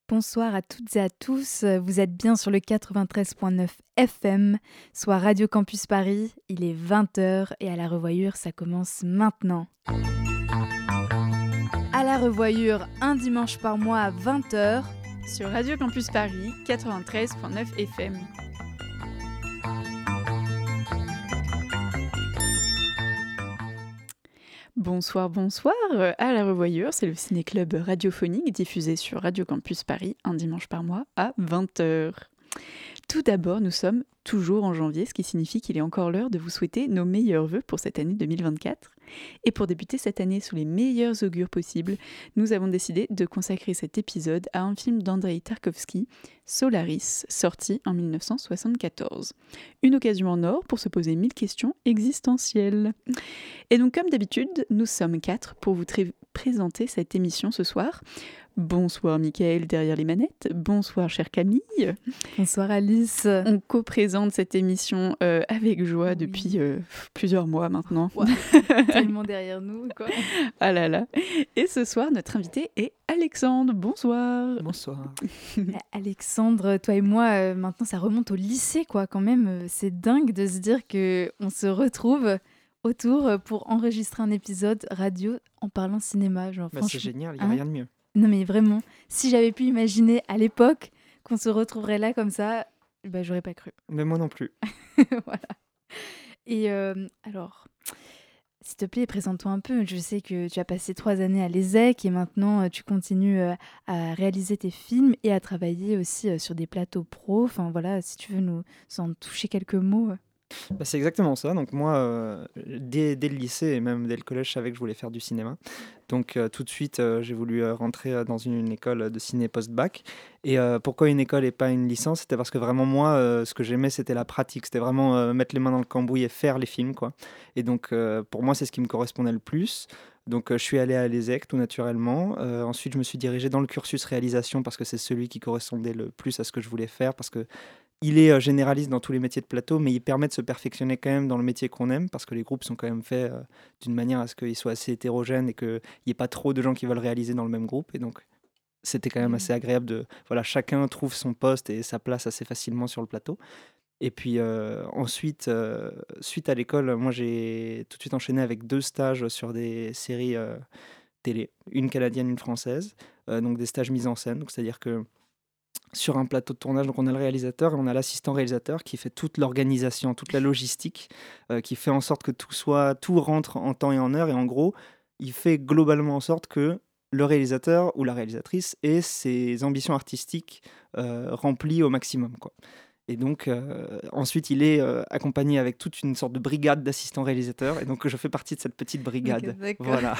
Bonsoir à toutes et à tous, vous êtes bien sur le 93.9 FM, soit Radio Campus Paris, il est 20h et à la revoyure ça commence maintenant. À la revoyure, un dimanche par mois à 20h, sur Radio Campus Paris, 93.9 FM. Bonsoir, à la revoyure, c'est le ciné-club radiophonique diffusé sur Radio Campus Paris un dimanche par mois à 20h. Tout d'abord, nous sommes toujours en janvier, ce qui signifie qu'il est encore l'heure de vous souhaiter nos meilleurs vœux pour cette année 2024. Et pour débuter cette année sous les meilleurs augures possibles, nous avons décidé de consacrer cet épisode à un film d'Andreï Tarkovsky, Solaris, sorti en 1974. Une occasion en or pour se poser 1000 questions existentielles. Et donc, comme d'habitude, nous sommes 4 pour vous présenter cette émission ce soir. Bonsoir Mickaël derrière les manettes, bonsoir chère Camille. Bonsoir Alice. On co-présente cette émission avec joie depuis plusieurs mois maintenant. Wow, tellement derrière nous quoi. Ah là là. Et ce soir notre invité est Alexandre, bonsoir. Bonsoir. Alexandre, toi et moi, maintenant ça remonte au lycée quoi quand même, c'est dingue de se dire qu'on se retrouve autour pour enregistrer un épisode radio en parlant cinéma. Genre, c'est génial, il n'y a rien de mieux. Non mais vraiment, si j'avais pu imaginer à l'époque qu'on se retrouverait là comme ça, j'aurais pas cru. Mais moi non plus. Voilà. Et alors, s'il te plaît, présente-toi un peu. Je sais que tu as passé 3 années à l'ESSEC et maintenant tu continues à réaliser tes films et à travailler aussi sur des plateaux pro. Enfin voilà, si tu veux nous en toucher quelques mots. C'est exactement ça. Donc moi, dès le lycée et même dès le collège, je savais que je voulais faire du cinéma. Donc tout de suite, j'ai voulu rentrer dans une école de ciné post-bac. Et pourquoi une école et pas une licence ? C'était parce que vraiment moi, ce que j'aimais, c'était la pratique. C'était vraiment mettre les mains dans le cambouis et faire les films, quoi. Et donc pour moi, c'est ce qui me correspondait le plus. Donc je suis allé à l'ESSEC tout naturellement. Ensuite, je me suis dirigé dans le cursus réalisation parce que c'est celui qui correspondait le plus à ce que je voulais faire, parce que il est généraliste dans tous les métiers de plateau, mais il permet de se perfectionner quand même dans le métier qu'on aime, parce que les groupes sont quand même faits d'une manière à ce qu'ils soient assez hétérogènes et qu'il n'y ait pas trop de gens qui veulent réaliser dans le même groupe. Et donc, c'était quand même assez agréable de... Voilà, chacun trouve son poste et sa place assez facilement sur le plateau. Et puis ensuite, suite à l'école, moi j'ai tout de suite enchaîné avec 2 stages sur des séries télé, une canadienne, une française, donc des stages mis en scène, donc c'est-à-dire que sur un plateau de tournage, donc on a le réalisateur et on a l'assistant réalisateur qui fait toute l'organisation, toute la logistique, qui fait en sorte que tout rentre en temps et en heure. Et en gros, il fait globalement en sorte que le réalisateur ou la réalisatrice ait ses ambitions artistiques remplies au maximum, quoi. Et donc, ensuite, il est accompagné avec toute une sorte de brigade d'assistants réalisateurs. Et donc, je fais partie de cette petite brigade. Okay, voilà.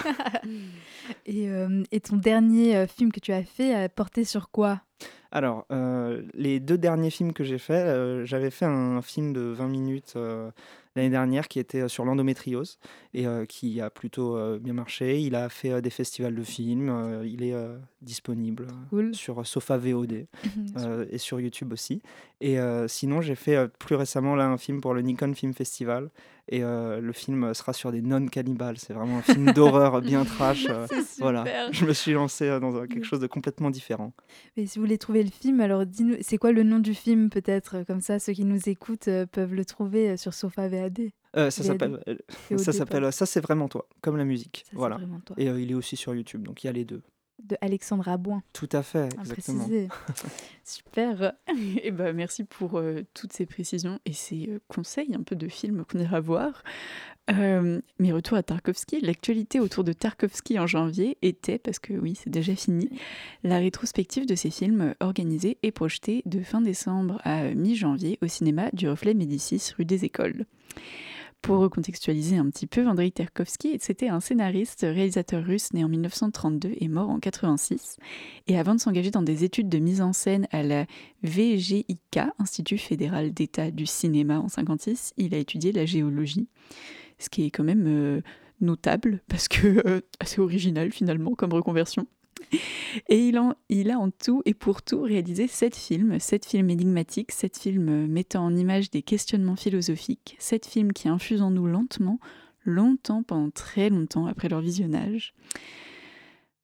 Et ton dernier film que tu as fait a porté sur quoi ? Alors, les 2 derniers films que j'ai faits, j'avais fait un film de 20 minutes l'année dernière qui était sur l'endométriose et qui a plutôt bien marché. Il a fait des festivals de films, il est disponible sur Sofa VOD et sur YouTube aussi. Et sinon, j'ai fait plus récemment là, un film pour le Nikon Film Festival. Et le film sera sur des nonnes cannibales. C'est vraiment un film d'horreur bien trash. Voilà. Je me suis lancé dans quelque chose de complètement différent. Mais si vous voulez trouver le film, alors dis-nous, c'est quoi le nom du film peut-être ? Comme ça, ceux qui nous écoutent peuvent le trouver sur Sofa VAD. Ça s'appelle Ça c'est vraiment toi, comme la musique. Ça, voilà. Toi. Et il est aussi sur YouTube, donc il y a les 2. De Alexandre Abouin. Tout à fait, exactement. Super. Et merci pour toutes ces précisions et ces conseils un peu de films qu'on ira voir. Mais retour à Tarkovsky, l'actualité autour de Tarkovsky en janvier était, parce que oui, c'est déjà fini, la rétrospective de ses films organisée et projetée de fin décembre à mi-janvier au cinéma du Reflet Médicis, rue des Écoles. Pour recontextualiser un petit peu, Andreï Tarkovsky, c'était un scénariste, réalisateur russe né en 1932 et mort en 1986. Et avant de s'engager dans des études de mise en scène à la VGIK, Institut fédéral d'État du cinéma en 1956, il a étudié la géologie. Ce qui est quand même notable, parce que assez original finalement comme reconversion. Et il a en tout et pour tout réalisé 7 films énigmatiques, 7 films mettant en image des questionnements philosophiques, 7 films qui infusent en nous longtemps, pendant très longtemps après leur visionnage.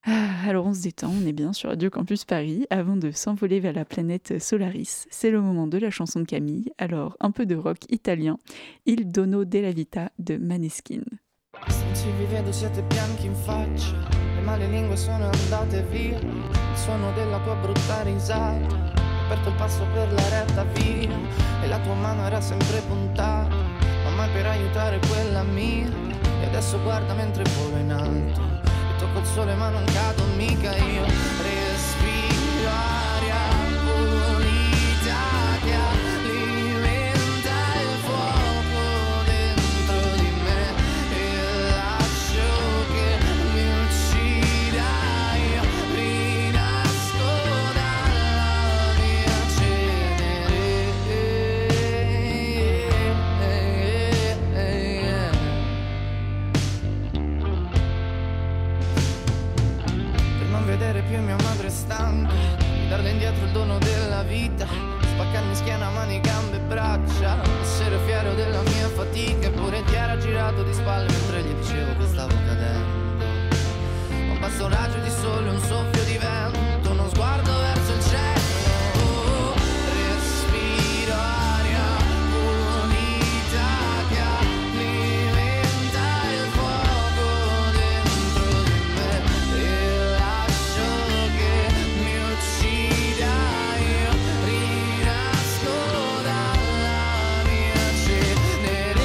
Alors on se détend, on est bien sur Radio Campus Paris. Avant de s'envoler vers la planète Solaris, c'est le moment de la chanson de Camille. Alors un peu de rock italien, Il Dono della Vita de Maneskin. Se vi vedo siete bianchi in faccia, le male lingue sono andate via, il suono della tua brutta risata, ho aperto il passo per la retta via, e la tua mano era sempre puntata, ma mai per aiutare quella mia, e adesso guarda mentre volo in alto, e tocco il sole ma non cado mica io, respiro aria pulita che alimenta il fuoco dentro di me, e lascio che mi uccida, io rinasco dalla mia cenere. Per non vedere più mia madre stanca, di darle indietro il dono della vita, spaccarmi schiena, mani, gambe e braccia, essere fiero della mia fatica, eppure ti era girato di spalle mentre gli dicevo che stavo cadendo. Ma basta un raggio di sole, un soffio di vento, uno sguardo verso il cielo, respiro aria pulita che alimenta il fuoco dentro di me, e lascio che mi uccida, io rinasco dalla mia cenere.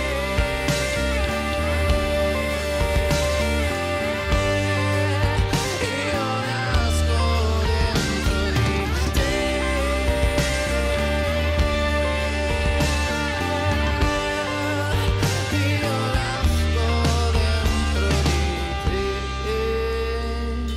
Io nasco dentro di te. Io nasco dentro di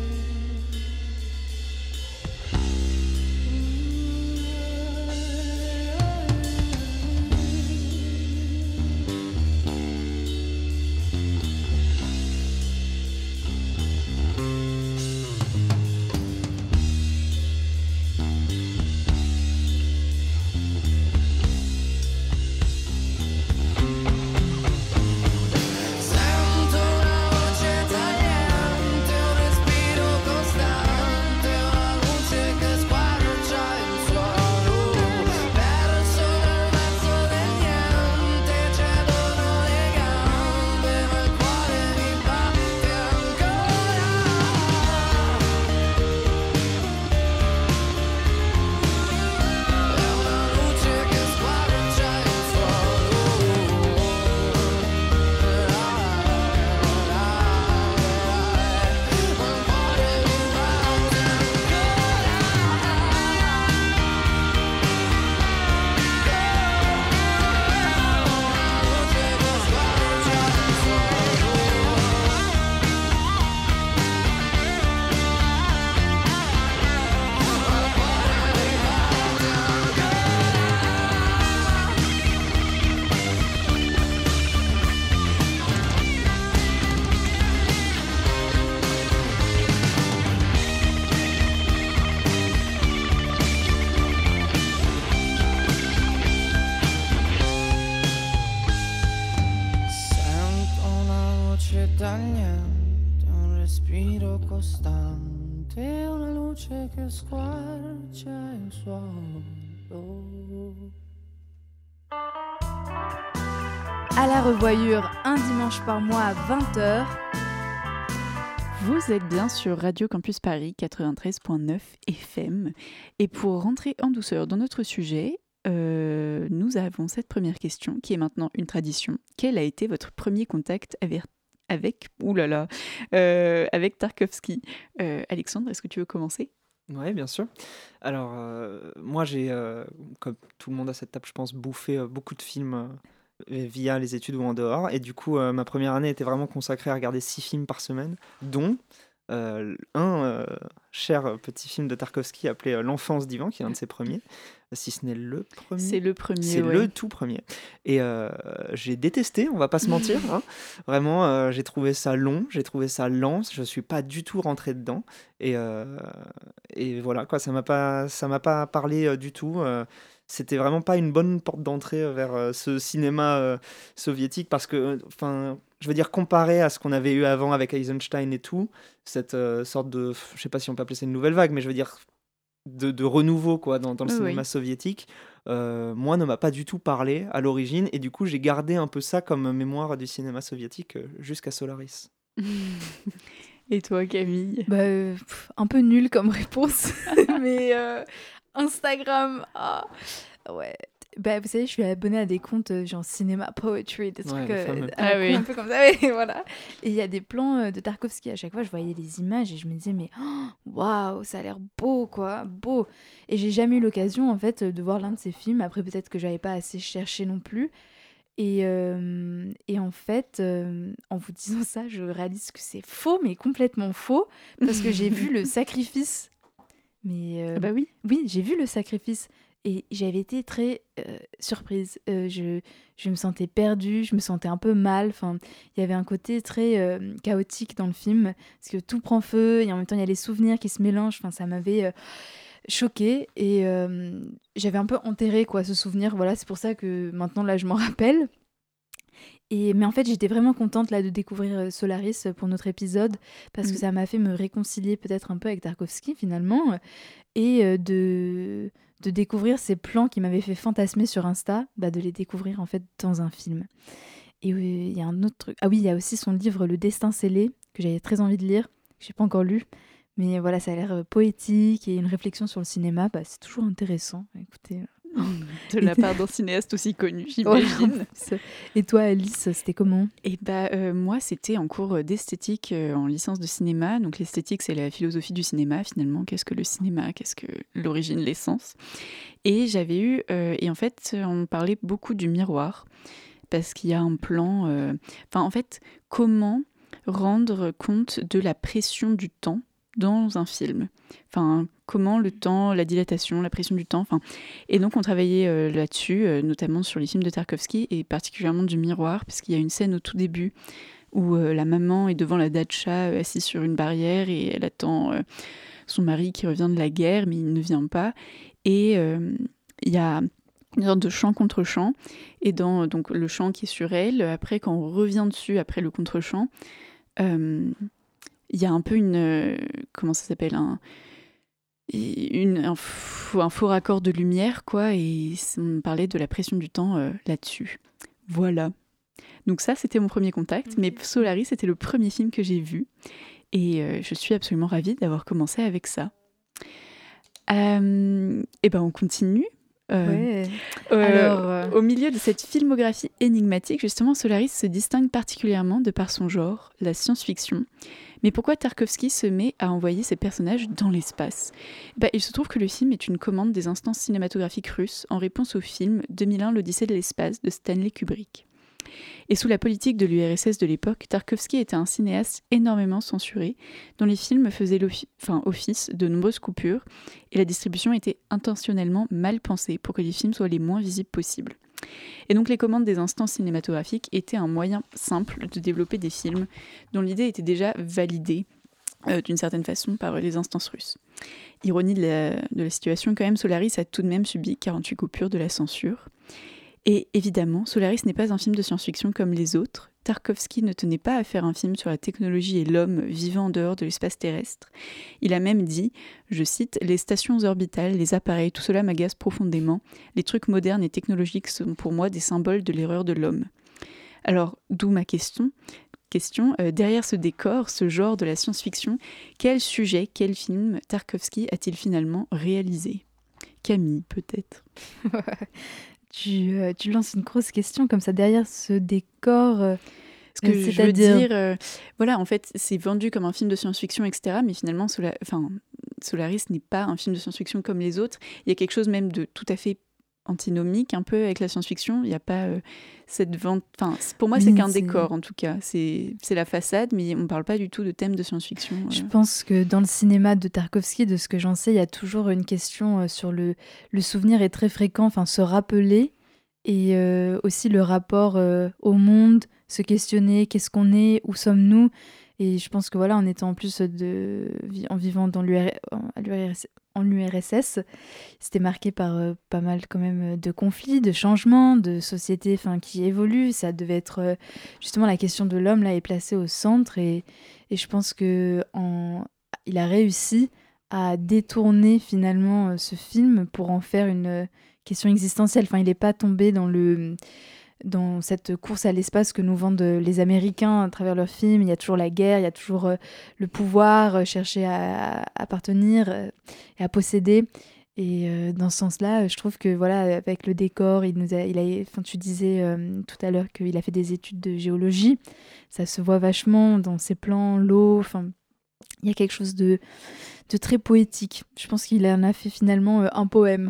Sento una voce tagliente, un respiro costante, una luce che squarcia il suolo, perso nel mezzo del niente, cedono le gambe, ma il cuore mi batte ancora. È una luce che squarcia il suolo, Sento una voce tagliente, un respiro costante, una luce che squarcia il suolo. À la revoyure, un dimanche par mois à 20h. Vous êtes bien sur Radio Campus Paris 93.9 FM. Et pour rentrer en douceur dans notre sujet, nous avons cette première question qui est maintenant une tradition. Quel a été votre premier contact avec Tarkovsky? Alexandre, est-ce que tu veux commencer? Oui, bien sûr. Alors, moi, j'ai, comme tout le monde à cette table, je pense, bouffé beaucoup de films via les études ou en dehors. Et du coup, ma première année était vraiment consacrée à regarder 6 films par semaine, dont un cher petit film de Tarkovsky appelé L'Enfance d'Ivan, qui est un de ses premiers, si ce n'est le premier. C'est le premier, C'est ouais. le tout premier. Et j'ai détesté, on va pas se mentir. Hein. Vraiment, j'ai trouvé ça long, j'ai trouvé ça lent, je suis pas du tout rentré dedans. Et voilà, quoi, ça m'a pas parlé du tout. c'était vraiment pas une bonne porte d'entrée vers ce cinéma soviétique parce que, enfin, je veux dire, comparé à ce qu'on avait eu avant avec Eisenstein et tout, cette sorte de, je sais pas si on peut appeler ça une nouvelle vague, mais je veux dire de renouveau quoi dans le Oui, cinéma oui. soviétique, moi ne m'a pas du tout parlé à l'origine et du coup j'ai gardé un peu ça comme mémoire du cinéma soviétique jusqu'à Solaris. Et toi, Camille? Bah, un peu nul comme réponse, mais Instagram, ah, ouais. Bah, vous savez, je suis abonnée à des comptes genre Cinéma Poetry, des trucs les fameux. à la Ah con, oui. un peu comme ça, ouais, voilà. Et il y a des plans de Tarkovsky. À chaque fois, je voyais les images et je me disais, mais waouh, ça a l'air beau, quoi, beau. Et j'ai jamais eu l'occasion, en fait, de voir l'un de ces films. Après, peut-être que j'avais pas assez cherché non plus. Et en fait, en vous disant ça, je réalise que c'est faux, mais complètement faux, parce que j'ai vu Le Sacrifice. Mais Ah bah oui. oui, j'ai vu Le Sacrifice et j'avais été très surprise. Je me sentais perdue, je me sentais un peu mal. Enfin, il y avait un côté très chaotique dans le film, parce que tout prend feu et en même temps, il y a les souvenirs qui se mélangent. Enfin, ça m'avait choquée et j'avais un peu enterré quoi, ce souvenir. Voilà, c'est pour ça que maintenant, là, je m'en rappelle. Mais en fait, j'étais vraiment contente là de découvrir Solaris pour notre épisode parce que ça m'a fait me réconcilier peut-être un peu avec Tarkovsky finalement et de découvrir ces plans qui m'avaient fait fantasmer sur Insta, de les découvrir en fait dans un film. Et il y a un autre truc. Ah oui, il y a aussi son livre Le Destin scellé que j'avais très envie de lire, que j'ai pas encore lu. Mais voilà, ça a l'air poétique et une réflexion sur le cinéma, c'est toujours intéressant. Écoutez. De la part d'un cinéaste aussi connu, Ouais, j'imagine. Et toi, Alice, c'était comment ? Et moi, c'était en cours d'esthétique en licence de cinéma. Donc l'esthétique, c'est la philosophie du cinéma, finalement. Qu'est-ce que le cinéma ? Qu'est-ce que l'origine, l'essence ? Et j'avais eu... et en fait, on parlait beaucoup du miroir, parce qu'il y a un plan... en fait, comment rendre compte de la pression du temps dans un film. Enfin, comment le temps, la dilatation, la pression du temps. Et donc, on travaillait là-dessus, notamment sur les films de Tarkovsky, et particulièrement du miroir, puisqu'il y a une scène au tout début où la maman est devant la datcha, assise sur une barrière, et elle attend son mari qui revient de la guerre, mais il ne vient pas. Et il y a une sorte de chant contre chant, et dans donc, le chant qui est sur elle, après, quand on revient dessus, après le contre-chant, il y a un peu une... comment ça s'appelle un faux raccord de lumière, quoi, et on parlait de la pression du temps là-dessus. Voilà. Donc ça, c'était mon premier contact, mais Solaris, c'était le premier film que j'ai vu, et je suis absolument ravie d'avoir commencé avec ça. Et on continue. Ouais. Au milieu de cette filmographie énigmatique, justement, Solaris se distingue particulièrement de par son genre, la science-fiction. Mais pourquoi Tarkovsky se met à envoyer ses personnages dans l'espace ? Il se trouve que le film est une commande des instances cinématographiques russes en réponse au film 2001 l'Odyssée de l'espace de Stanley Kubrick. Et sous la politique de l'URSS de l'époque, Tarkovsky était un cinéaste énormément censuré, dont les films faisaient office de nombreuses coupures, et la distribution était intentionnellement mal pensée pour que les films soient les moins visibles possibles. Et donc les commandes des instances cinématographiques étaient un moyen simple de développer des films dont l'idée était déjà validée d'une certaine façon par les instances russes. Ironie de la situation, quand même, Solaris a tout de même subi 48 coupures de la censure. Et évidemment, Solaris n'est pas un film de science-fiction comme les autres. Tarkovsky ne tenait pas à faire un film sur la technologie et l'homme vivant en dehors de l'espace terrestre. Il a même dit, je cite, « Les stations orbitales, les appareils, tout cela m'agace profondément. Les trucs modernes et technologiques sont pour moi des symboles de l'erreur de l'homme. » Alors, d'où ma question. Derrière ce décor, ce genre de la science-fiction, quel sujet, quel film Tarkovsky a-t-il finalement réalisé ? Camille, peut-être. Tu lances une grosse question comme ça derrière ce décor. Ce que je veux dire, voilà, en fait, c'est vendu comme un film de science-fiction, etc. Mais finalement, Solaris n'est pas un film de science-fiction comme les autres. Il y a quelque chose même de tout à fait antinomique, un peu avec la science-fiction. Il n'y a pas cette vente... pour moi, c'est qu'un décor, en tout cas. C'est la façade, mais on ne parle pas du tout de thème de science-fiction. Je pense que dans le cinéma de Tarkovsky, de ce que j'en sais, il y a toujours une question sur le souvenir est très fréquent, se rappeler, et aussi le rapport au monde, se questionner, qu'est-ce qu'on est, où sommes-nous ? Et je pense que voilà, en étant en plus en vivant dans en l'URSS, c'était marqué par pas mal quand même de conflits, de changements, de sociétés qui évoluent. Ça devait être justement la question de l'homme là est placée au centre et je pense que il a réussi à détourner finalement ce film pour en faire une question existentielle. Enfin, il n'est pas tombé dans cette course à l'espace que nous vendent les Américains à travers leurs films. Il y a toujours la guerre, il y a toujours le pouvoir, chercher à appartenir et à posséder. Et dans ce sens-là, je trouve que voilà, avec le décor, tu disais tout à l'heure qu'il a fait des études de géologie. Ça se voit vachement dans ses plans, l'eau. Enfin, il y a quelque chose de très poétique. Je pense qu'il en a fait finalement un poème.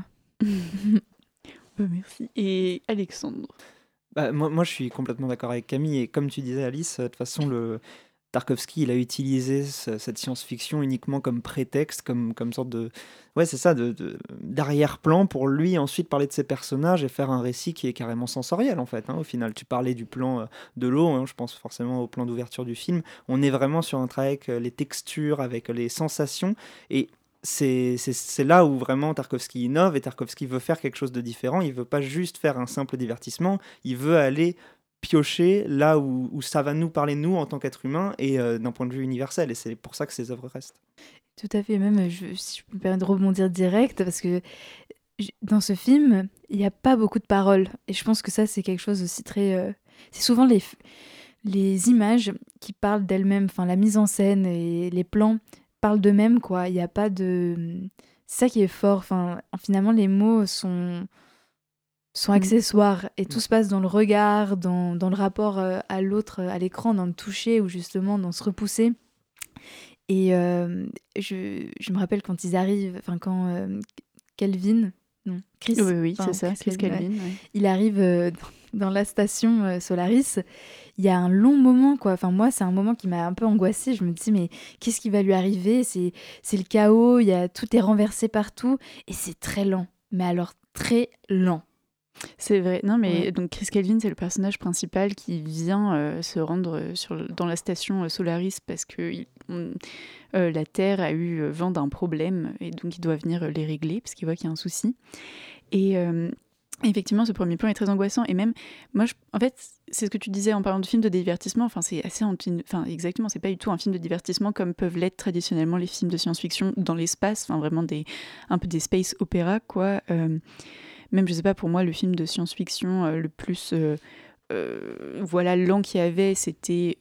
Merci. Et Alexandre? Moi, je suis complètement d'accord avec Camille. Et comme tu disais, Alice, de toute façon, Tarkovsky, il a utilisé cette science-fiction uniquement comme prétexte, comme sorte de... Ouais, c'est ça, d'arrière-plan pour lui ensuite parler de ses personnages et faire un récit qui est carrément sensoriel, en fait. Au final, tu parlais du plan de l'eau, je pense forcément au plan d'ouverture du film. On est vraiment sur un travail avec les textures, avec les sensations. Et c'est là où vraiment Tarkovsky innove et Tarkovsky veut faire quelque chose de différent. Il veut pas juste faire un simple divertissement, il veut aller piocher là où ça va nous parler, nous, en tant qu'êtres humains, et d'un point de vue universel. Et c'est pour ça que ces œuvres restent. Tout à fait. Même, si je me permets de rebondir direct, parce que dans ce film, il n'y a pas beaucoup de paroles. Et je pense que ça, c'est quelque chose aussi très... C'est souvent les images qui parlent d'elles-mêmes, la mise en scène et les plans parlent d'eux-mêmes, quoi. Il n'y a pas de... C'est ça qui est fort. Finalement, les mots sont accessoires et tout se passe dans le regard, dans le rapport à l'autre, à l'écran, dans le toucher ou justement dans se repousser. Et je me rappelle quand ils arrivent, quand Kelvin, non, Chris, oui, c'est ça, Chris Kelvin, ouais. Il arrive dans la station Solaris, il y a un long moment, quoi. Moi, c'est un moment qui m'a un peu angoissée. Je me dis, mais qu'est-ce qui va lui arriver ? C'est le chaos, tout est renversé partout et c'est très lent. Mais alors, très lent. C'est vrai. Non, mais donc Chris Kelvin, c'est le personnage principal qui vient se rendre dans la station Solaris parce que la Terre a eu vent d'un problème et donc il doit venir les régler parce qu'il voit qu'il y a un souci. Et effectivement, ce premier plan est très angoissant. Et même, moi, en fait, c'est ce que tu disais en parlant de film de divertissement. C'est assez exactement, c'est pas du tout un film de divertissement comme peuvent l'être traditionnellement les films de science-fiction dans l'espace. Vraiment un peu des space opéra, quoi. Même, je sais pas, pour moi, le film de science-fiction le plus lent qu'il y avait, c'était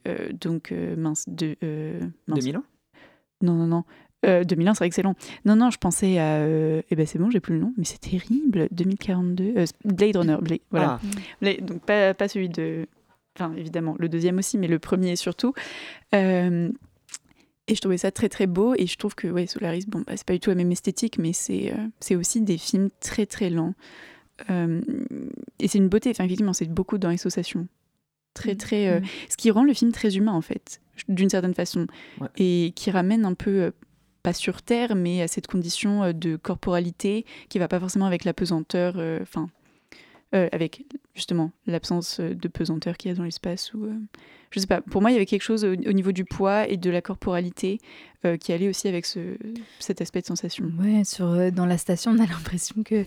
2001 Non. 2001, c'est excellent. Non, je pensais à... c'est bon, j'ai plus le nom, mais c'est terrible. 2042... Blade Runner, voilà. Donc, pas celui de... évidemment, le deuxième aussi, mais le premier surtout. Et je trouvais ça très, très beau. Et je trouve que Solaris, c'est pas du tout la même esthétique, mais c'est aussi des films très, très lents. Et c'est une beauté. Effectivement, c'est beaucoup dans l'association. Très, très... ce qui rend le film très humain, en fait, d'une certaine façon. Ouais. Et qui ramène un peu... pas sur Terre, mais à cette condition de corporalité qui va pas forcément avec la pesanteur, avec justement l'absence de pesanteur qu'il y a dans l'espace. Je sais pas, pour moi il y avait quelque chose au niveau du poids et de la corporalité qui allait aussi avec cet aspect de sensation. Ouais, dans la station on a l'impression que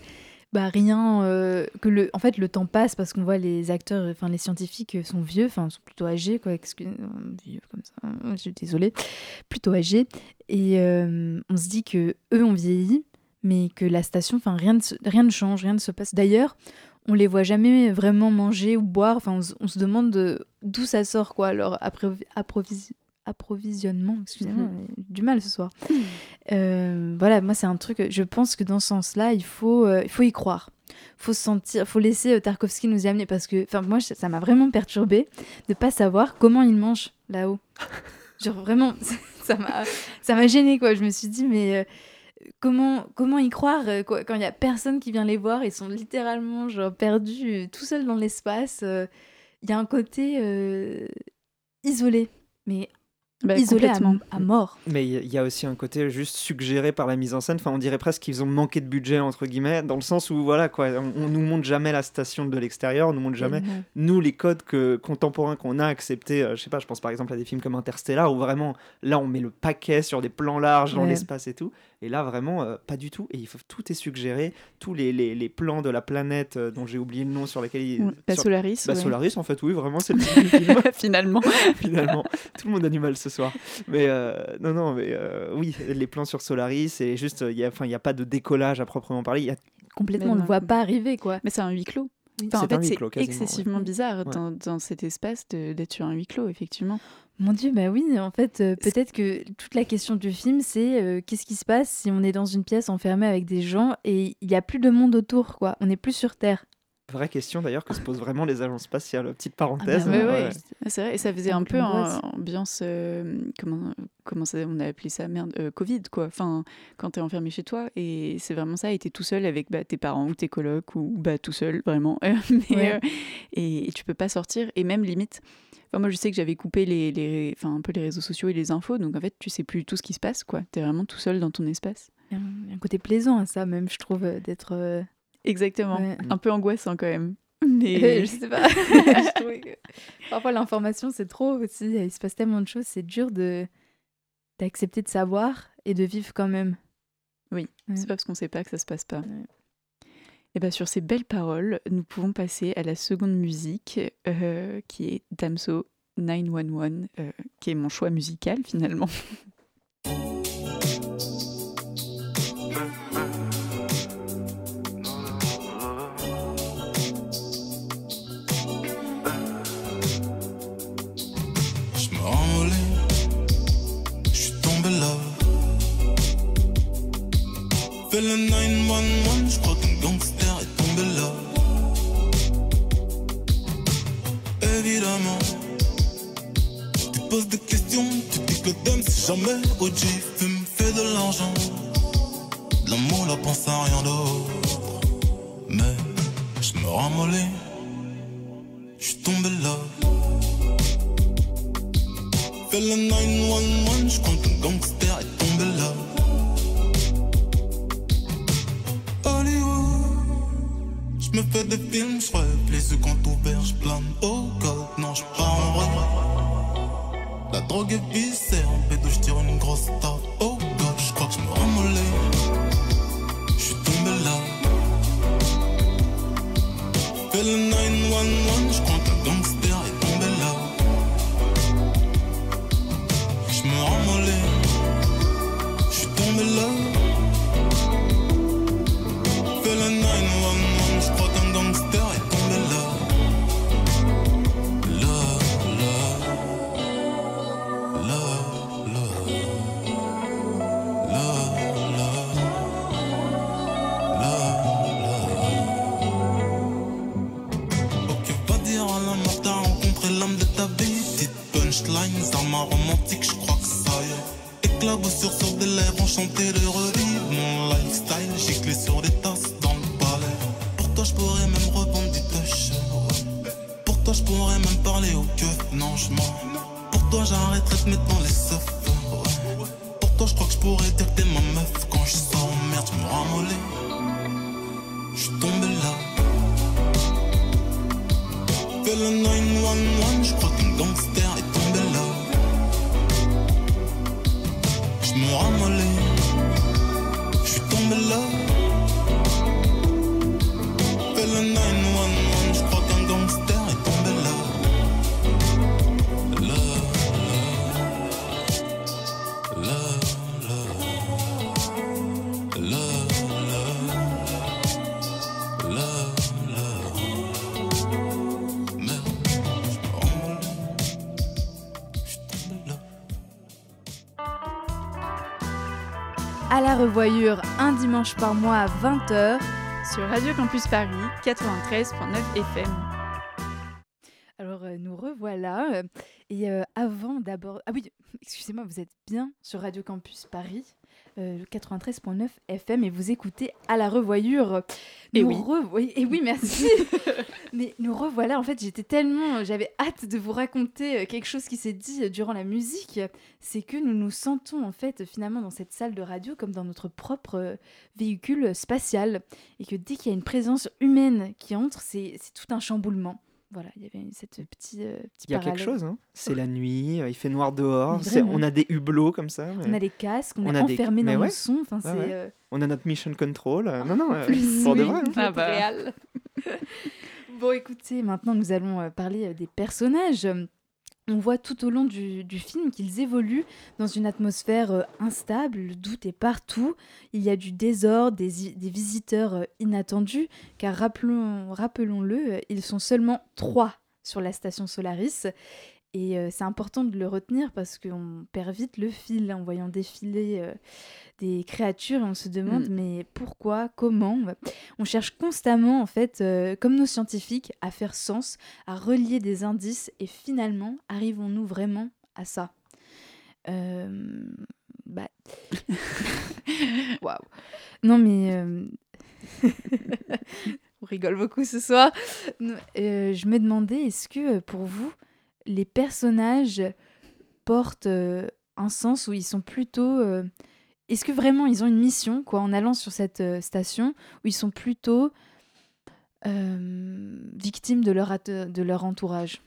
en fait le temps passe parce qu'on voit les acteurs, les scientifiques sont vieux, sont plutôt âgés, quoi, vieux comme ça, je suis désolée, plutôt âgés, et on se dit que eux ont vieilli, mais que la station, rien ne change, rien ne se passe. D'ailleurs, on les voit jamais vraiment manger ou boire, on se demande d'où ça sort, quoi, leur approvisionnement, excusez-moi, du mal ce soir. Moi c'est un truc, je pense que dans ce sens-là, il faut y croire. Faut se sentir, faut laisser Tarkovsky nous y amener parce que, moi ça m'a vraiment perturbée de pas savoir comment il mange là-haut. Genre vraiment, ça m'a gênée, quoi. Je me suis dit mais comment y croire quoi, quand il y a personne qui vient les voir, ils sont littéralement genre perdus tout seuls dans l'espace. Il y a un côté isolé, mais isolé Complètement. à mort. Mais il y a aussi un côté juste suggéré par la mise en scène. Enfin, on dirait presque qu'ils ont manqué de budget, entre guillemets, dans le sens où, voilà, quoi, on nous montre jamais la station de l'extérieur, on nous montre jamais, Tellement. nous, les codes contemporains qu'on a acceptés. Je sais pas, je pense par exemple à des films comme Interstellar, où vraiment, là, on met le paquet sur des plans larges dans Ouais. l'espace et tout. Et là, vraiment, pas du tout. Et tout est suggéré. Tous les plans de la planète dont j'ai oublié le nom, sur lesquels il... sur- Solaris. Bah, ouais. Solaris, en fait, oui, vraiment, c'est le titre du film. Finalement. Finalement, tout le monde a du mal ce soir. Mais non, mais oui, les plans sur Solaris, c'est juste, il y a pas de décollage à proprement parler. Il y a Complètement, on ne Mais le voit non. pas arriver, quoi. Mais c'est un huis clos. Oui. Enfin, en C'est un fait, huis c'est clos, quasiment, excessivement ouais. bizarre Ouais. dans cet espace d'être sur un huis clos, effectivement. Mon Dieu, bah oui, en fait, peut-être que toute la question du film, c'est qu'est-ce qui se passe si on est dans une pièce enfermée avec des gens et il n'y a plus de monde autour, quoi. On n'est plus sur Terre. vraie question d'ailleurs que se posent vraiment les agences spatiales. Petite parenthèse. Ah bah Ouais, ouais. ouais. Ah, c'est vrai, et ça faisait un Donc, peu l'angoisse. ambiance, comment ça, on a appelé ça, Covid, quoi. Enfin, quand t'es enfermé chez toi, et c'est vraiment ça, et t'es tout seul avec tes parents ou tes colocs, ou tout seul, vraiment. Ouais. Et tu peux pas sortir, et même limite, enfin, moi je sais que j'avais coupé un peu les réseaux sociaux et les infos, donc en fait tu sais plus tout ce qui se passe, quoi. T'es vraiment tout seul dans ton espace. Il y a un côté plaisant à ça, même, je trouve, d'être... Exactement. Ouais. Un peu angoissant quand même. Mais... Je sais pas. Je trouvais que parfois l'information c'est trop aussi. Il se passe tellement de choses, c'est dur d'accepter de savoir et de vivre quand même. Oui, Ouais. c'est pas parce qu'on sait pas que ça se passe pas. Ouais. Et bien sur ces belles paroles, nous pouvons passer à la seconde musique qui est Damso 911, qui est mon choix musical finalement. Je me rends je suis tombé là. Fais le 911, je crois qu'un gangster est tombé là. Évidemment, tu poses des questions, tu dis que Dame c'est jamais OG, fume, fait de l'argent. De l'amour, la pense à rien d'autre. Mais je me rends je suis tombé là. Fais le 911, je crois qu'un gangster est tombé là. Hollywood, je me fais des films, je rêve, les yeux quand ouverts, je plane. Oh God, non, je pars en vrai. La drogue est viscère, en pédo, je tire une grosse tarte. Oh God, je crois que je me ramolais. Je suis tombé là. Fais le 911, je crois qu'un gangster est tombé là. Je me ramolais, je suis tombé là. Fais le 911, je crois qu'un gangster est tombé là. Là, là, là, là, là, là, là. Ok, va dire à la mort, t'as rencontré l'âme de ta vie. Petite punchlines, armes romantique, je crois que ça y est. Éclaboussure sur des lèvres, enchanté de revivre mon lifestyle. Giclé sur des tasses dans le palais. Pour toi, je pourrais même revendre du touch. Ouais. Pour toi, je pourrais même parler au keuf. Non, je mens. Pour toi, j'arrêterai de mettre dans les seufs. Ouais. Pour toi, je crois que je pourrais dire que t'es ma meuf. Quand je sors en merde, je me ramolais. Je suis tombé là. Fais le 911, je crois qu'un gangster est tombé là. Je me ramolais, je suis tombé là. Fais le 911, je crois qu'un gangster est tombé là. Là, là, là, là, là, là, là, là. Merde, je me ramolais, je suis tombé là. À la revoyure, un dimanche par mois à 20h. Sur Radio Campus Paris 93.9 FM. Alors, nous revoilà. Et avant d'abord... Ah oui, excusez-moi, vous êtes bien sur Radio Campus Paris. 93.9 FM et vous écoutez À la Revoyure. Et Nous oui. Et oui, merci. Mais nous revoilà, en fait, j'avais hâte de vous raconter quelque chose qui s'est dit durant la musique. C'est que nous nous sentons, en fait, finalement, dans cette salle de radio comme dans notre propre véhicule spatial. Et que dès qu'il y a une présence humaine qui entre, c'est tout un chamboulement. Voilà, il y avait cette petit Il y a parallèle. quelque chose, hein. C'est la nuit, il fait noir dehors, Mais vraiment. on a des hublots comme ça. On a les casques, on On est a des- enfermés mais dans ouais. nos sons. Enfin, Ouais, c'est... ouais. On a notre mission control. Plus, pour de oui, vrai. Hein. notre Ah bah. réal. Bon, écoutez, maintenant nous allons parler des personnages. On voit tout au long du film qu'ils évoluent dans une atmosphère instable, le doute est partout. Il y a du désordre, des visiteurs inattendus, car rappelons-le, ils sont seulement 3 sur la station Solaris. Et c'est important de le retenir parce qu'on perd vite le fil en voyant défiler des créatures et on se demande mais pourquoi, comment. On cherche constamment en fait, comme nos scientifiques, à faire sens, à relier des indices et finalement, arrivons-nous vraiment à ça Waouh. Non mais... On rigole beaucoup ce soir. Je me demandais, est-ce que pour vous, les personnages portent un sens où ils sont plutôt... Est-ce que vraiment ils ont une mission quoi, en allant sur cette station, où ils sont plutôt victimes de leur entourage?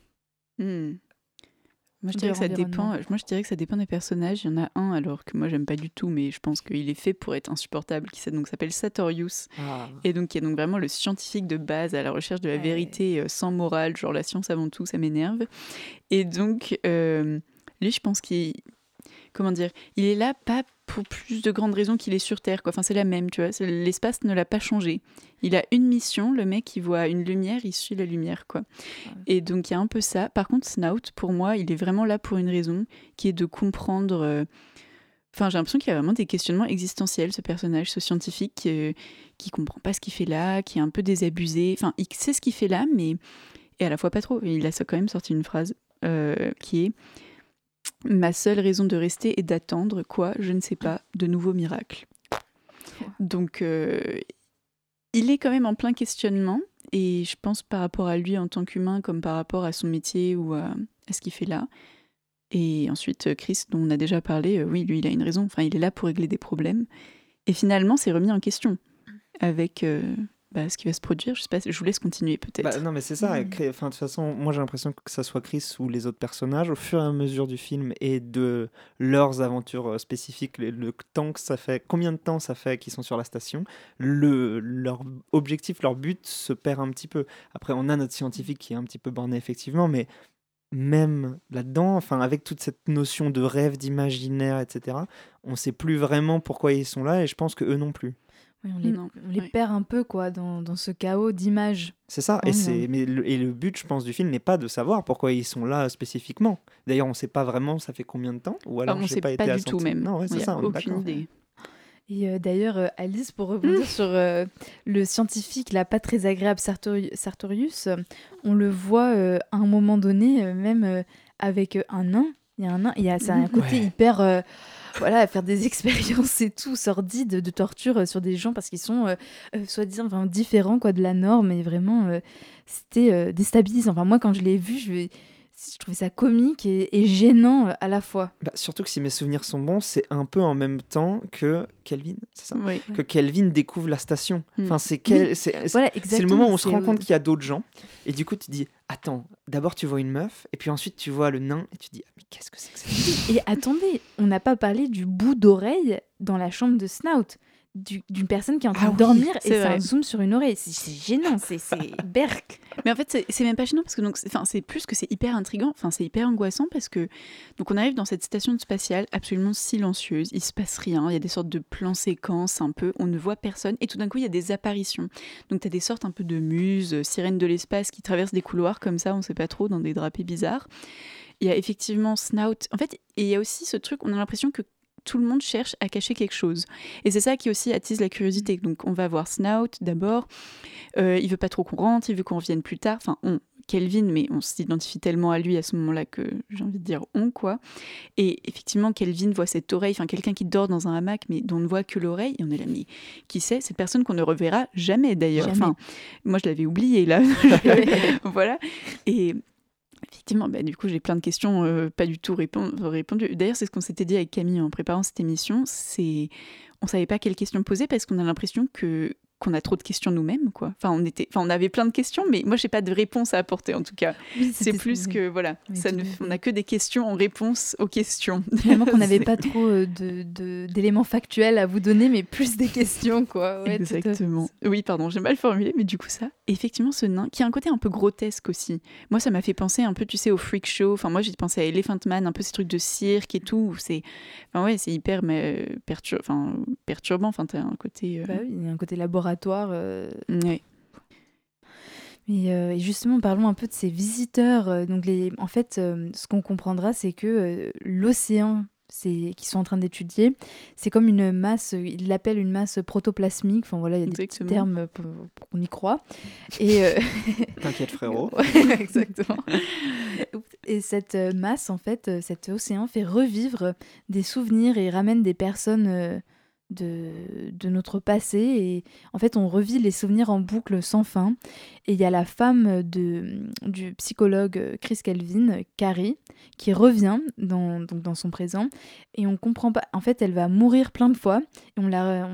Moi, je De dirais leur que ça dépend. environnement. Moi, je dirais que ça dépend des personnages. Il y en a un, alors que moi, j'aime pas du tout, mais je pense qu'il est fait pour être insupportable, qui s'appelle Sartorius. Ah. Et donc, qui est donc vraiment le scientifique de base à la recherche de la Ouais. vérité sans morale, genre la science avant tout, ça m'énerve. Et donc, lui, je pense qu'il... Comment dire ? Il est là pas pour plus de grandes raisons qu'il est sur Terre, quoi. Enfin, c'est la même, tu vois. L'espace ne l'a pas changé. Il a une mission, le mec, il voit une lumière, il suit la lumière, quoi. Ouais. Et donc, il y a un peu ça. Par contre, Snout, pour moi, il est vraiment là pour une raison, qui est de comprendre... Enfin, j'ai l'impression qu'il y a vraiment des questionnements existentiels, ce personnage, ce scientifique qui comprend pas ce qu'il fait là, qui est un peu désabusé. Enfin, il sait ce qu'il fait là, mais... Et à la fois pas trop. Et il a quand même sorti une phrase qui est... Ma seule raison de rester est d'attendre, quoi, je ne sais pas, de nouveaux miracles. Donc, il est quand même en plein questionnement, et je pense par rapport à lui en tant qu'humain, comme par rapport à son métier ou à ce qu'il fait là. Et ensuite, Chris, dont on a déjà parlé, oui, lui, il a une raison, enfin, il est là pour régler des problèmes. Et finalement, c'est remis en question avec ce qui va se produire. Je sais pas, je vous laisse continuer peut-être. Non, mais c'est ça. Enfin, de toute façon, moi j'ai l'impression que ça soit Chris ou les autres personnages, au fur et à mesure du film et de leurs aventures spécifiques, le temps que ça fait, combien de temps ça fait qu'ils sont sur la station, leur objectif, leur but se perd un petit peu. Après, on a notre scientifique qui est un petit peu borné effectivement, mais même là-dedans, enfin, avec toute cette notion de rêve, d'imaginaire, etc., on sait plus vraiment pourquoi ils sont là et je pense que eux non plus. Oui, Non, on les ouais. perd un peu quoi, dans ce chaos d'images. C'est ça, Oh et, non. le but, je pense, du film n'est pas de savoir pourquoi ils sont là spécifiquement. D'ailleurs, on ne sait pas vraiment ça fait combien de temps, ou alors on j'ai sait pas pas été du tout assenti. même. Non, ouais, Il c'est y a ça, on est aucune d'accord. idée. Et d'ailleurs, Alice, pour rebondir sur le scientifique, là, pas très agréable, Sartorius, on le voit à un moment donné, même avec un nain. Il y a un nain, ça a un côté Ouais. hyper... à faire des expériences et tout, sordides de torture sur des gens parce qu'ils sont soi-disant vraiment différents quoi, de la norme. Et vraiment, c'était déstabilisant. Enfin, moi, quand je l'ai vu, je trouvais ça comique et gênant à la fois. Surtout que si mes souvenirs sont bons, c'est un peu en même temps que Kelvin, c'est ça Oui. que Kelvin découvre la station. Mm. Enfin, c'est Oui. c'est Voilà, le exactement. moment où on se c'est, rend compte qu'il y a d'autres gens. Et du coup, tu te dis, attends, d'abord tu vois une meuf, et puis ensuite tu vois le nain, et tu te dis, mais qu'est-ce que c'est que ça? Et attendez, on n'a pas parlé du bout d'oreille dans la chambre de Snout. D'une personne qui est en train Ah de oui, dormir et c'est c'est vrai. un zoom sur une oreille. C'est gênant, c'est berk. Mais en fait, c'est même pas gênant parce que c'est plus que c'est hyper intriguant, enfin c'est hyper angoissant parce que donc on arrive dans cette station spatiale absolument silencieuse, il se passe rien, il y a des sortes de plans séquences un peu, on ne voit personne et tout d'un coup il y a des apparitions. Donc tu as des sortes un peu de muses, sirènes de l'espace qui traversent des couloirs comme ça, on sait pas trop, dans des drapés bizarres. Il y a effectivement Snout. En fait, et il y a aussi ce truc, on a l'impression que tout le monde cherche à cacher quelque chose. Et c'est ça qui aussi attise la curiosité. Donc on va voir Snout d'abord. Il veut pas trop qu'on rentre, il veut qu'on revienne plus tard. Enfin, Kelvin, mais on s'identifie tellement à lui à ce moment-là que j'ai envie de dire on, quoi. Et effectivement, Kelvin voit cette oreille, enfin quelqu'un qui dort dans un hamac, mais dont on ne voit que l'oreille. Et on est là, mais qui c'est cette personne qu'on ne reverra jamais d'ailleurs. Jamais. Enfin, moi, je l'avais oublié là. Voilà. Et effectivement, du coup, j'ai plein de questions pas du tout répondues. D'ailleurs, c'est ce qu'on s'était dit avec Camille en préparant cette émission. On savait pas quelles questions poser parce qu'on a l'impression qu'on a trop de questions nous-mêmes, quoi. On avait plein de questions, mais moi, j'ai pas de réponse à apporter, en tout cas. Oui, C'est plus que, voilà, Oui, on n'a que des questions en réponse aux questions. Finalement, qu'on n'avait pas trop d'éléments factuels à vous donner, mais plus des questions, quoi. Ouais, exactement. Oui, pardon, j'ai mal formulé, mais du coup, ça. Et effectivement, ce nain, qui a un côté un peu grotesque aussi. Moi, ça m'a fait penser un peu, tu sais, au freak show. Enfin, moi, j'ai pensé à Elephant Man, un peu ces trucs de cirque et tout. C'est hyper perturbant. Enfin, t'as un côté... Bah oui, il y a un côté laboratoire. Ouais. Et justement, parlons un peu de ces visiteurs. En fait, ce qu'on comprendra, c'est que l'océan qu'ils sont en train d'étudier, c'est comme une masse, ils l'appellent une masse protoplasmique. Enfin voilà, il y a des petits termes pour qu'on y croit. Et T'inquiète frérot. Exactement. Et cette masse, en fait, cet océan fait revivre des souvenirs et ramène des personnes de notre passé, et en fait on revit les souvenirs en boucle sans fin. Et il y a la femme du psychologue Chris Kelvin, Carrie, qui revient dans son présent, et on comprend pas, en fait elle va mourir plein de fois, et on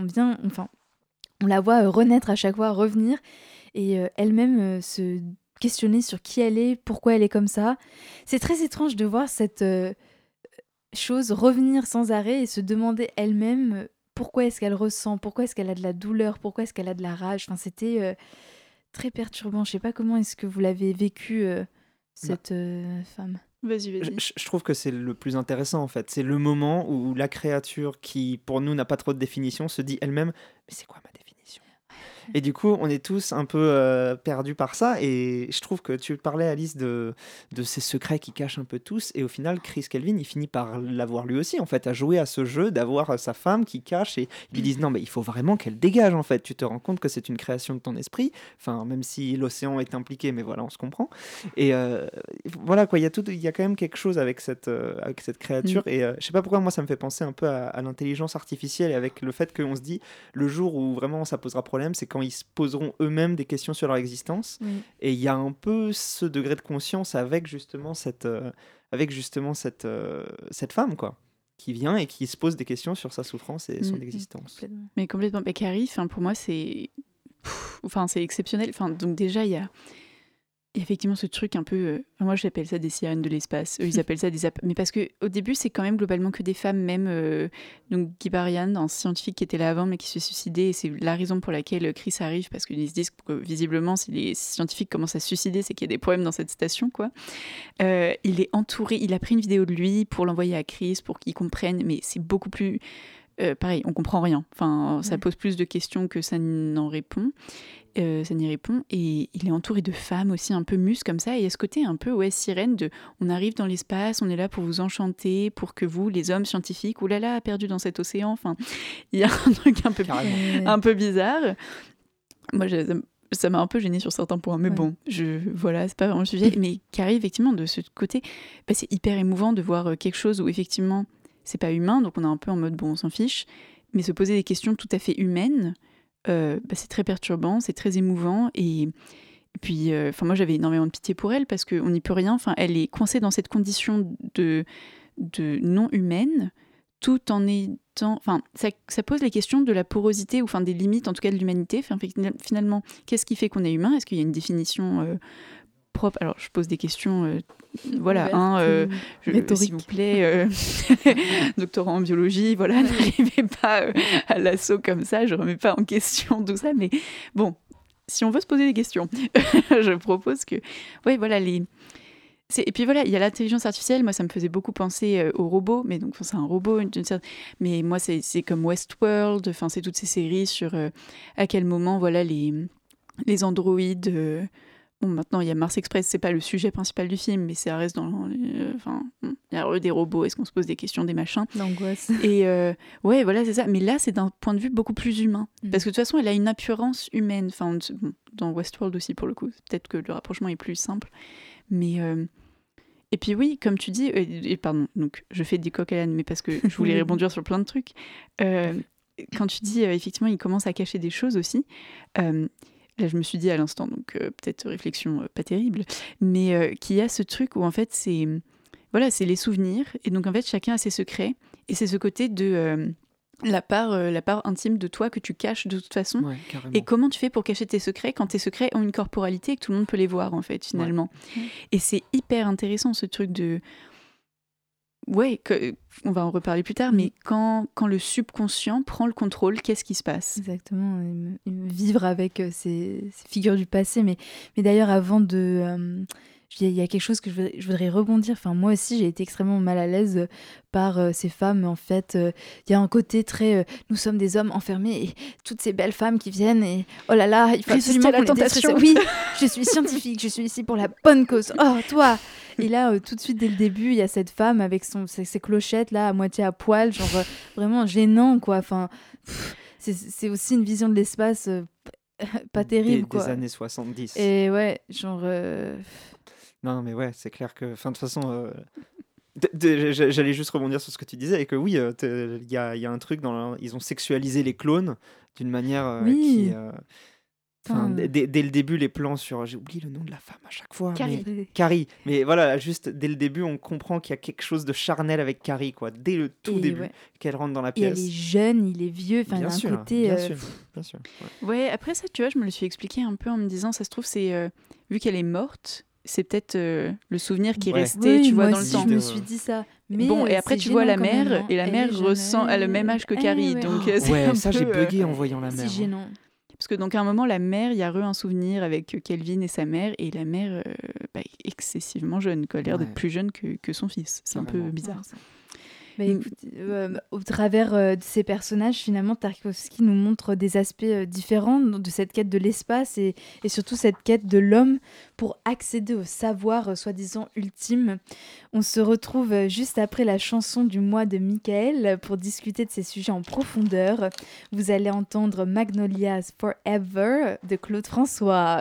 la voit renaître à chaque fois, revenir, et elle-même se questionner sur qui elle est, pourquoi elle est comme ça. C'est très étrange de voir cette chose revenir sans arrêt et se demander elle-même pourquoi est-ce qu'elle ressent, pourquoi est-ce qu'elle a de la douleur, pourquoi est-ce qu'elle a de la rage. Enfin, c'était très perturbant. Je sais pas comment est-ce que vous l'avez vécu, cette femme. Vas-y. Je trouve que c'est le plus intéressant en fait. C'est le moment où la créature qui, pour nous, n'a pas trop de définition, se dit elle-même « Mais c'est quoi ma définition ?» Et du coup, on est tous un peu perdus par ça. Et je trouve que tu parlais, Alice, de ces secrets qui cachent un peu tous. Et au final, Chris Kelvin, il finit par l'avoir lui aussi, en fait, à jouer à ce jeu, d'avoir sa femme qui cache. Et ils lui disent non, mais il faut vraiment qu'elle dégage, en fait. Tu te rends compte que c'est une création de ton esprit. Enfin, même si l'océan est impliqué, mais voilà, on se comprend. Et voilà, quoi, il y a quand même quelque chose avec cette créature. Et je sais pas pourquoi, moi, ça me fait penser un peu à l'intelligence artificielle, et avec le fait qu'on se dit, le jour où vraiment ça posera problème, c'est quand ils se poseront eux-mêmes des questions sur leur existence. Et il y a un peu ce degré de conscience avec justement cette femme, quoi, qui vient et qui se pose des questions sur sa souffrance et son existence. Mais complètement. Carrie, pour moi, c'est exceptionnel. Donc déjà, il y a effectivement ce truc un peu... moi, j'appelle ça des sirènes de l'espace. Eux, ils appellent ça des... Mais parce qu'au début, c'est quand même globalement que des femmes, même... donc Guy Barian, un scientifique qui était là avant, mais qui se suicidait. Et c'est la raison pour laquelle Chris arrive, parce qu'ils se disent que visiblement, si les scientifiques commencent à se suicider, c'est qu'il y a des problèmes dans cette station, quoi. Il est entouré... Il a pris une vidéo de lui pour l'envoyer à Chris, pour qu'il comprenne, mais c'est beaucoup plus... pareil, on comprend rien. Enfin, ça pose plus de questions que ça n'en répond. Ça n'y répond. Et il est entouré de femmes aussi un peu muses comme ça. Et il y a ce côté un peu sirène de on arrive dans l'espace, on est là pour vous enchanter, pour que vous, les hommes scientifiques, oulala, perdus dans cet océan. Enfin, il y a un truc un peu bizarre. Moi, ça m'a un peu gênée sur certains points, mais bon, c'est pas vraiment le sujet. Mais Carrie, effectivement, de ce côté, c'est hyper émouvant de voir quelque chose où effectivement c'est pas humain, donc on est un peu en mode bon, on s'en fiche, mais se poser des questions tout à fait humaines, c'est très perturbant, c'est très émouvant, et puis moi j'avais énormément de pitié pour elle parce qu'on n'y peut rien. Enfin, elle est coincée dans cette condition de non humaine, tout en étant... Enfin, ça pose les questions de la porosité, ou des limites en tout cas de l'humanité. Enfin, finalement, qu'est-ce qui fait qu'on est humain ? Est-ce qu'il y a une définition propre ? Alors, je pose des questions... s'il vous plaît, doctorant en biologie, voilà, n'arrivez pas à l'assaut comme ça, je remets pas en question tout ça, mais bon, si on veut se poser des questions, je propose que, et puis voilà, il y a l'intelligence artificielle. Moi, ça me faisait beaucoup penser aux robots, mais donc c'est un robot, mais moi c'est comme Westworld, c'est toutes ces séries sur à quel moment les androïdes. Bon, maintenant, il y a Mars Express, c'est pas le sujet principal du film, mais ça reste dans... il y a des robots, est-ce qu'on se pose des questions, des machins ? L'angoisse. Et voilà, c'est ça. Mais là, c'est d'un point de vue beaucoup plus humain. Parce que de toute façon, elle a une apparence humaine. dans Westworld aussi, pour le coup. Peut-être que le rapprochement est plus simple. Mais... Et puis oui, comme tu dis... pardon, donc je fais des coq à l'âne, mais parce que je voulais rebondir sur plein de trucs. Quand tu dis, effectivement, il commence à cacher des choses aussi... Là, je me suis dit à l'instant, donc peut-être réflexion pas terrible, mais qu'il y a ce truc où en fait, c'est les souvenirs. Et donc en fait, chacun a ses secrets. Et c'est ce côté de... la part intime de toi que tu caches de toute façon. Ouais, carrément. Et comment tu fais pour cacher tes secrets quand tes secrets ont une corporalité et que tout le monde peut les voir, en fait, finalement. Ouais. Et c'est hyper intéressant, ce truc de... Ouais, on va en reparler plus tard, mais quand le subconscient prend le contrôle, qu'est-ce qui se passe ? Exactement, vivre avec ces figures du passé. Mais d'ailleurs, avant de... il y a quelque chose que je voudrais rebondir. Enfin, moi aussi, j'ai été extrêmement mal à l'aise par ces femmes. En fait, il y a un côté très... nous sommes des hommes enfermés et toutes ces belles femmes qui viennent et oh là là, il faut absolument la qu'on les tentation. détruise. Oui, je suis scientifique, je suis ici pour la bonne cause. Oh, toi. Et là, tout de suite, dès le début, il y a cette femme avec ses clochettes, là, à moitié à poil, genre vraiment gênant, quoi. Enfin, c'est aussi une vision de l'espace pas terrible, quoi. Des années 70. Et ouais, genre... Non, mais ouais, c'est clair que... de toute façon... j'allais juste rebondir sur ce que tu disais, et que oui, il y a un truc, ils ont sexualisé les clones d'une manière qui... dès le début, les plans sur... J'ai oublié le nom de la femme à chaque fois. Carrie. Mais voilà, juste dès le début, on comprend qu'il y a quelque chose de charnel avec Carrie, quoi. Dès le tout début, qu'elle rentre dans la pièce. Et elle est jeune, il est vieux. Enfin, il y a un côté... Bien sûr. Ouais, après ça, tu vois, je me le suis expliqué un peu en me disant, ça se trouve, c'est... vu qu'elle est morte, c'est peut-être le souvenir qui est resté, tu vois, dans le temps. Je me suis dit ça. Mais bon, et après, tu vois la mère, et la mère a le même âge que Carrie. Ouais. Donc, ouais, ça, j'ai bugué en voyant la mère. C'est gênant. Parce que donc à un moment, la mère, il y a un souvenir avec Kelvin et sa mère, et la mère est excessivement jeune, quoi. Elle a l'air d'être plus jeune que son fils. C'est un peu bizarre. Écoute, au travers de ces personnages, finalement, Tarkovsky nous montre des aspects différents de cette quête de l'espace et surtout cette quête de l'homme pour accéder au savoir soi-disant ultime. On se retrouve juste après la chanson du mois de Michael pour discuter de ces sujets en profondeur. Vous allez entendre Magnolias Forever de Claude François.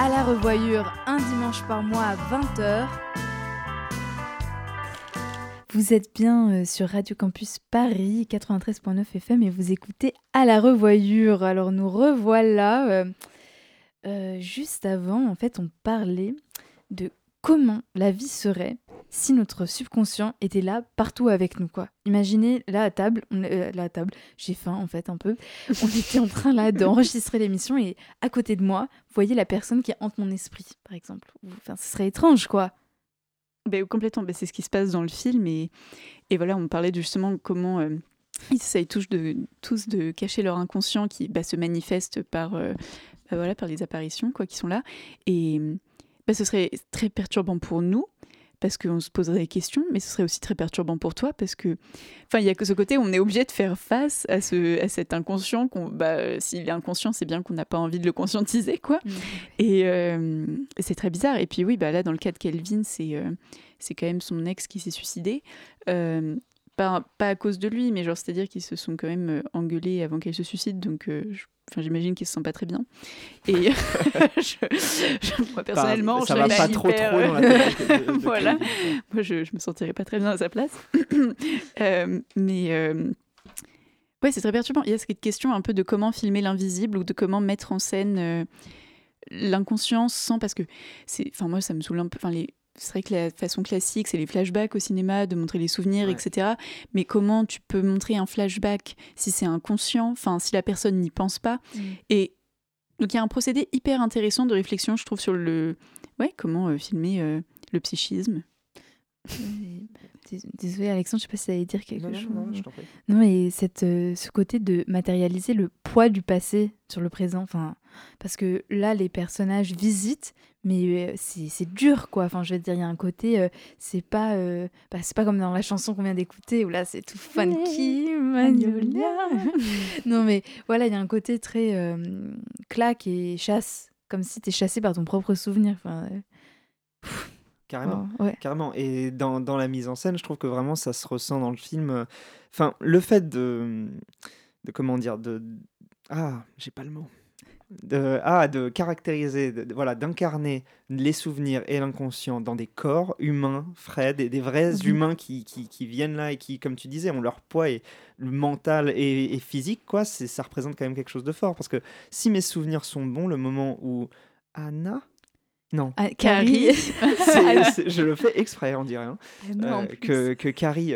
À la revoyure, un dimanche par mois à 20h. Vous êtes bien sur Radio Campus Paris, 93.9 FM, et vous écoutez À la revoyure. Alors nous revoilà. Juste avant, en fait, on parlait de comment la vie serait si notre subconscient était là partout avec nous, quoi. Imaginez, là à table, j'ai faim en fait un peu, on était en train là d'enregistrer l'émission et à côté de moi, vous voyez la personne qui hante mon esprit, par exemple. Enfin, ce serait étrange, quoi. Complètement, c'est ce qui se passe dans le film et voilà, on parlait justement comment ils essayent tous de cacher leur inconscient qui se manifeste par les apparitions quoi, qui sont là et ce serait très perturbant pour nous parce qu'on se poserait des questions, mais ce serait aussi très perturbant pour toi parce que, il y a que ce côté où on est obligé de faire face à cet inconscient. S'il est inconscient, c'est bien qu'on n'a pas envie de le conscientiser, quoi. Et c'est très bizarre. Et puis oui, là, dans le cas de Kelvin, c'est quand même son ex qui s'est suicidé. Pas à cause de lui, mais c'est-à-dire qu'ils se sont quand même engueulés avant qu'elle se suicide, donc j'imagine qu'il se sent pas très bien. Et moi personnellement, ça va pas trop dans la tête de voilà. Moi, je me sentirais pas très bien à sa place. Ouais, c'est très perturbant. Il y a cette question un peu de comment filmer l'invisible ou de comment mettre en scène l'inconscience sans, parce que moi ça me saoule un peu. C'est vrai que la façon classique, c'est les flashbacks au cinéma, de montrer les souvenirs, ouais. Etc. Mais comment tu peux montrer un flashback si c'est inconscient, si la personne n'y pense pas. Et donc il y a un procédé hyper intéressant de réflexion, je trouve, sur comment filmer le psychisme. Désolée Alexandre, je sais pas si tu allais dire quelque chose. Non, je t'en prie. Non, mais ce côté de matérialiser le poids du passé sur le présent, parce que là les personnages visitent, mais c'est dur quoi. Je veux dire, il y a un côté, c'est pas comme dans la chanson qu'on vient d'écouter où là c'est tout funky, Magnolia. Non mais voilà, il y a un côté très claque et chasse, comme si t'es chassé par ton propre souvenir. Carrément, ouais. Carrément. Et dans la mise en scène, je trouve que vraiment ça se ressent dans le film. Le fait de comment dire, j'ai pas le mot. De caractériser, d'incarner les souvenirs et l'inconscient dans des corps humains, frais, des vrais humains qui viennent là et qui, comme tu disais, ont leur poids et le mental et physique, quoi. Ça représente quand même quelque chose de fort. Parce que si mes souvenirs sont bons, le moment où Anna... Non, Carrie. Je le fais exprès, on dirait. Que Carrie,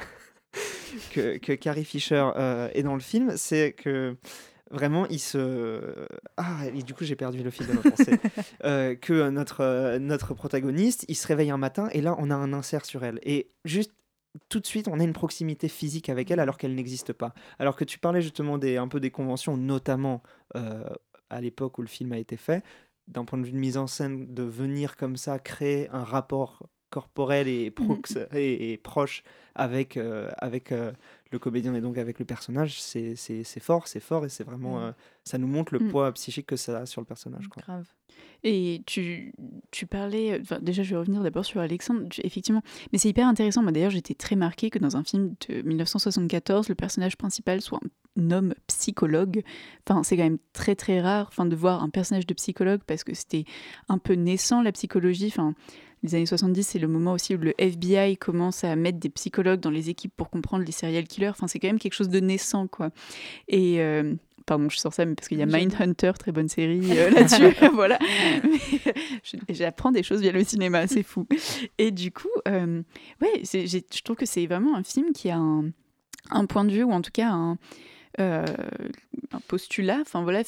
que Carrie Fisher est dans le film, c'est que vraiment il se... et du coup j'ai perdu le fil de ma pensée. Que notre protagoniste, il se réveille un matin et là on a un insert sur elle. Et juste tout de suite on a une proximité physique avec elle alors qu'elle n'existe pas. Alors que tu parlais justement un peu des conventions, notamment à l'époque où le film a été fait, d'un point de vue de mise en scène, de venir comme ça créer un rapport corporel et proche avec le comédien et donc avec le personnage, c'est fort et c'est vraiment ça nous montre le poids psychique que ça a sur le personnage, quoi. Grave. Et tu parlais, déjà je vais revenir d'abord sur Alexandre, effectivement, mais c'est hyper intéressant. Moi d'ailleurs j'étais très marquée que dans un film de 1974 le personnage principal soit un homme psychologue. C'est quand même très très rare de voir un personnage de psychologue parce que c'était un peu naissant la psychologie. Les années 70, c'est le moment aussi où le FBI commence à mettre des psychologues dans les équipes pour comprendre les serial killers. C'est quand même quelque chose de naissant, quoi. Et pardon, je sors ça, mais parce qu'il y a Mindhunter, très bonne série là-dessus. Voilà. J'apprends des choses via le cinéma, c'est fou. Et du coup, je trouve que c'est vraiment un film qui a un point de vue, ou en tout cas un postulat,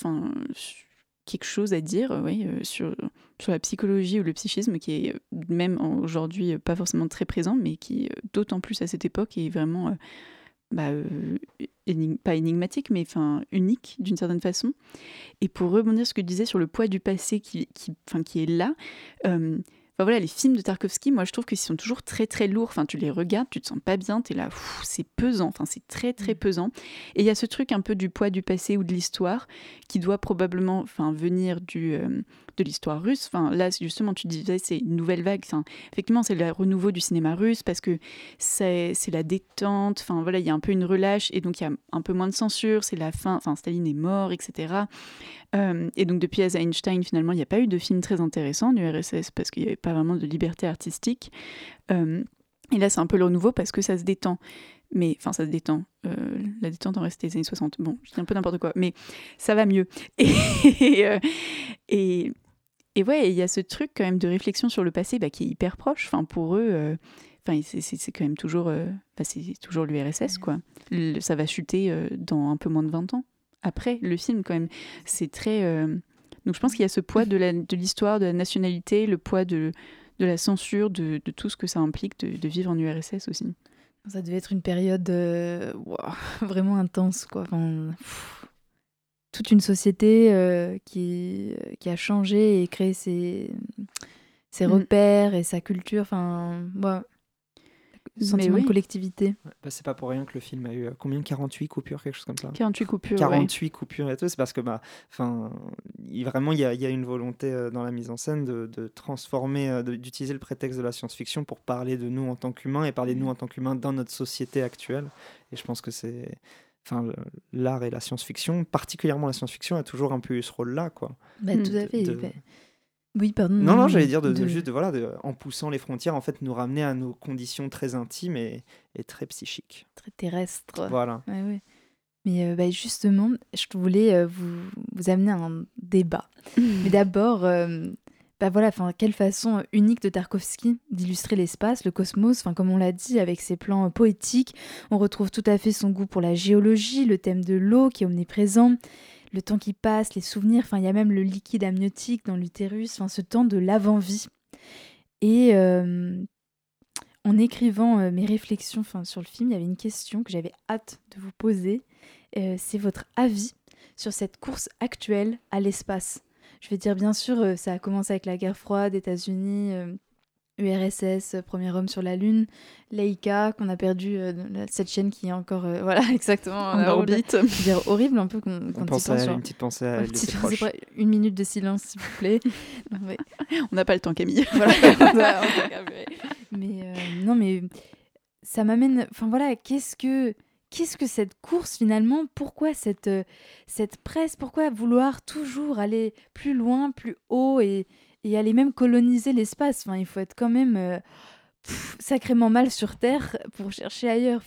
quelque chose à dire sur la psychologie ou le psychisme qui est même aujourd'hui pas forcément très présent, mais qui d'autant plus à cette époque est vraiment pas énigmatique, mais unique d'une certaine façon. Et pour rebondir sur ce que tu disais sur le poids du passé qui est là, les films de Tarkovsky, moi je trouve qu'ils sont toujours très très lourds. Tu les regardes, tu te sens pas bien, t'es là, c'est pesant, c'est très très pesant. Et il y a ce truc un peu du poids du passé ou de l'histoire qui doit probablement venir de l'histoire russe. Enfin, là, justement, tu disais, c'est une nouvelle vague. Enfin, effectivement, c'est le renouveau du cinéma russe parce que c'est la détente. Enfin, voilà, il y a un peu une relâche et donc il y a un peu moins de censure. C'est la fin. Enfin, Staline est mort, etc. Et donc, depuis Eisenstein, finalement, il n'y a pas eu de film très intéressant du RSS parce qu'il n'y avait pas vraiment de liberté artistique. Et là, c'est un peu le renouveau parce que ça se détend. Mais, enfin, ça se détend. La détente en reste des années 60. Bon, je dis un peu n'importe quoi, mais ça va mieux. Et ouais, il y a ce truc quand même de réflexion sur le passé qui est hyper proche. Enfin, pour eux, c'est quand même toujours, c'est toujours l'URSS, quoi. Ça va chuter dans un peu moins de 20 ans. Après, le film, quand même, c'est très... Donc, je pense qu'il y a ce poids de l'histoire, de la nationalité, le poids de la censure, de tout ce que ça implique de vivre en URSS aussi. Ça devait être une période vraiment intense, quoi. Enfin, toute une société qui a changé et créé ses repères et sa culture. Enfin, sentiment de collectivité. Ouais, c'est pas pour rien que le film a eu combien 48 coupures, quelque chose comme ça. 48 coupures. 48 coupures et tout, c'est parce que vraiment il y a une volonté dans la mise en scène de transformer, d'utiliser le prétexte de la science-fiction pour parler de nous en tant qu'humains et parler de nous en tant qu'humains dans notre société actuelle. Et je pense que l'art et la science-fiction, particulièrement la science-fiction, a toujours un peu eu ce rôle-là, quoi. Tout à fait. Oui, pardon. Non, j'allais dire en poussant les frontières, en fait, nous ramener à nos conditions très intimes et très psychiques. Très terrestres. Voilà. Ouais. Mais justement, je voulais vous amener à un débat. Mais d'abord, quelle façon unique de Tarkovsky d'illustrer l'espace, le cosmos. Comme on l'a dit, avec ses plans poétiques, on retrouve tout à fait son goût pour la géologie, le thème de l'eau qui est omniprésent. Le temps qui passe, les souvenirs, il y a même le liquide amniotique dans l'utérus, ce temps de l'avant-vie. Et en écrivant mes réflexions sur le film, il y avait une question que j'avais hâte de vous poser. C'est votre avis sur cette course actuelle à l'espace. Je vais dire, bien sûr, ça a commencé avec la guerre froide, États-Unis, URSS, premier homme sur la Lune, Leica, qu'on a perdu, cette chaîne qui est encore, exactement, en orbite. Je veux dire, horrible un peu quand on pense à une petite pensée à elle. Une minute de silence, s'il vous plaît. Non, mais... On n'a pas le temps, Camille. Voilà. Mais ça m'amène... Qu'est-ce que cette course, finalement? Pourquoi cette presse? Pourquoi vouloir toujours aller plus loin, plus haut et aller même coloniser l'espace? Il faut être quand même sacrément mal sur Terre pour chercher ailleurs.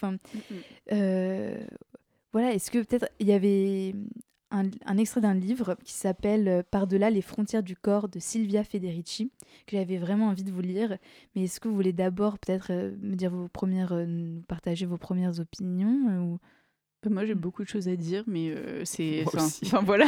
Est-ce que peut-être il y avait un extrait d'un livre qui s'appelle « Par-delà les frontières du corps » de Silvia Federici, que j'avais vraiment envie de vous lire. Mais est-ce que vous voulez d'abord peut-être me dire partager vos premières opinions Moi, j'ai beaucoup de choses à dire, mais c'est... Voilà.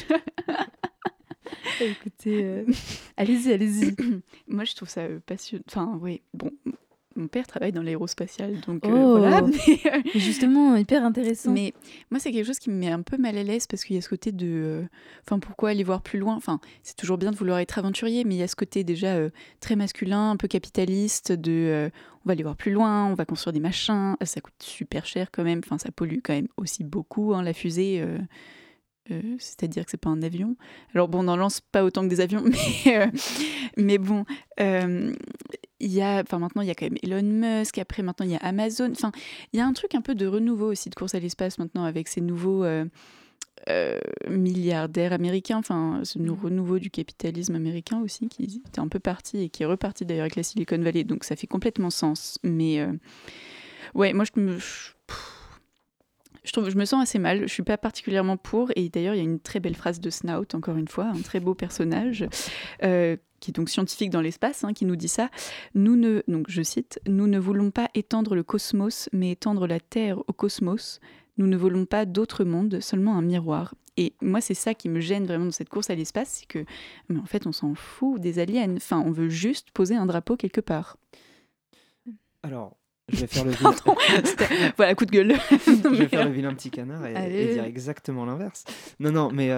Écoutez, allez-y. Moi, je trouve ça passionnant. Mon père travaille dans l'aérospatial, donc voilà. Mais justement, hyper intéressant. Mais moi, c'est quelque chose qui me met un peu mal à l'aise parce qu'il y a ce côté de... pourquoi aller voir plus loin? C'est toujours bien de vouloir être aventurier, mais il y a ce côté déjà très masculin, un peu capitaliste, on va aller voir plus loin, on va construire des machins, ça coûte super cher quand même, ça pollue quand même aussi beaucoup, la fusée... c'est-à-dire que c'est pas un avion. Alors bon, on n'en lance pas autant que des avions, mais bon, maintenant il y a quand même Elon Musk, après maintenant il y a Amazon, il y a un truc un peu de renouveau aussi de course à l'espace maintenant avec ces nouveaux milliardaires américains, ce renouveau du capitalisme américain aussi qui était un peu parti et qui est reparti d'ailleurs avec la Silicon Valley, donc ça fait complètement sens. Mais ouais, moi je me sens assez mal, je suis pas particulièrement pour, et d'ailleurs il y a une très belle phrase de Snout, encore une fois, un très beau personnage, qui est donc scientifique dans l'espace, qui nous dit ça. Donc je cite, « Nous ne voulons pas étendre le cosmos, mais étendre la Terre au cosmos. Nous ne voulons pas d'autre monde, seulement un miroir. » Et moi, c'est ça qui me gêne vraiment dans cette course à l'espace, c'est que, mais en fait, on s'en fout des aliens. On veut juste poser un drapeau quelque part. Alors... Je vais faire le vilain. Voilà, coup de gueule. Je vais faire le vilain petit canard et dire exactement l'inverse. Non, mais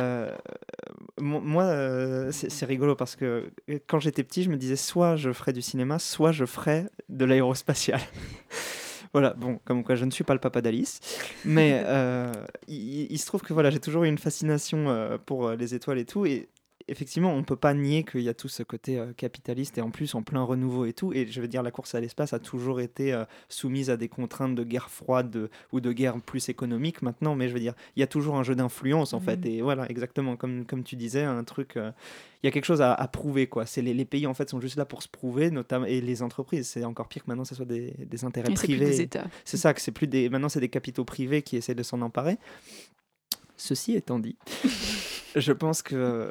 moi, c'est rigolo parce que quand j'étais petit, je me disais soit je ferais du cinéma, soit je ferais de l'aérospatial. Voilà, bon, comme quoi je ne suis pas le papa d'Alice. Mais il se trouve que j'ai toujours eu une fascination pour les étoiles et tout. Et effectivement, on ne peut pas nier qu'il y a tout ce côté capitaliste et en plus en plein renouveau et tout. Et je veux dire, la course à l'espace a toujours été soumise à des contraintes de guerre froide ou de guerre plus économique maintenant. Mais je veux dire, il y a toujours un jeu d'influence en fait. Et voilà, exactement, comme tu disais, un truc. Il y a quelque chose à prouver, quoi. Les pays en fait sont juste là pour se prouver, notamment, et les entreprises. C'est encore pire que maintenant, ce soit des intérêts Et c'est plus privés. des États. C'est ça, que c'est plus des. Maintenant, c'est des capitaux privés qui essaient de s'en emparer. Ceci étant dit, je pense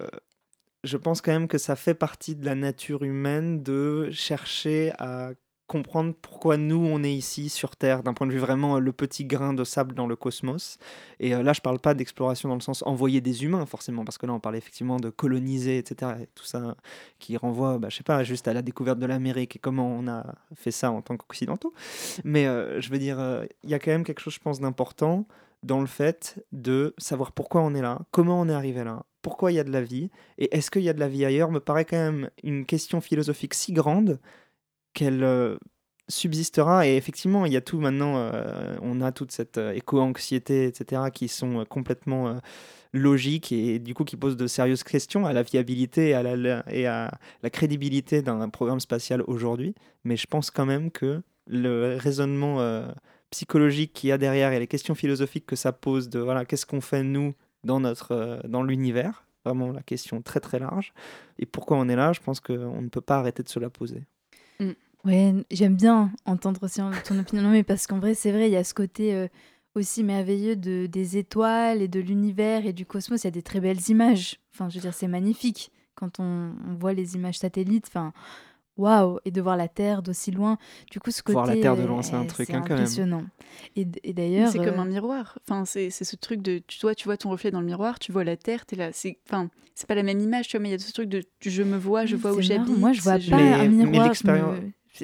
quand même que ça fait partie de la nature humaine de chercher à comprendre pourquoi nous, on est ici sur Terre, d'un point de vue vraiment le petit grain de sable dans le cosmos. Et là, je parle pas d'exploration dans le sens envoyer des humains, forcément, parce que là, on parlait effectivement de coloniser, etc. Et tout ça qui renvoie, je sais pas, juste à la découverte de l'Amérique et comment on a fait ça en tant qu'occidentaux. Mais je veux dire, il y a quand même quelque chose, je pense, d'important dans le fait de savoir pourquoi on est là, comment on est arrivé là, pourquoi il y a de la vie, et est-ce qu'il y a de la vie ailleurs, me paraît quand même une question philosophique si grande qu'elle subsistera. Et effectivement, il y a tout maintenant, on a toute cette éco-anxiété, etc., qui sont complètement logiques et du coup qui posent de sérieuses questions à la viabilité et à la crédibilité d'un programme spatial aujourd'hui. Mais je pense quand même que le raisonnement psychologique qu'il y a derrière et les questions philosophiques que ça pose de voilà, qu'est-ce qu'on fait nous dans l'univers, vraiment la question très très large, et pourquoi on est là, je pense qu'on ne peut pas arrêter de se la poser. Ouais, j'aime bien entendre aussi ton opinion. Non, mais parce qu'en vrai, c'est vrai, il y a ce côté aussi merveilleux des étoiles et de l'univers et du cosmos. Il y a des très belles images. Enfin, je veux dire, c'est magnifique quand on voit les images satellites. Enfin, waouh! Et de voir la Terre d'aussi loin. Du coup, ce côté. Voir la Terre de loin, c'est un truc, c'est quand même. impressionnant. Et d'ailleurs. C'est comme un miroir. Enfin, c'est ce truc de. Tu vois ton reflet dans le miroir, tu vois la Terre, t'es là. C'est pas la même image, tu vois, mais il y a ce truc de je me vois, je vois où c'est marrant. j'habite. Moi, je vois pas un miroir. Mais l'expérience.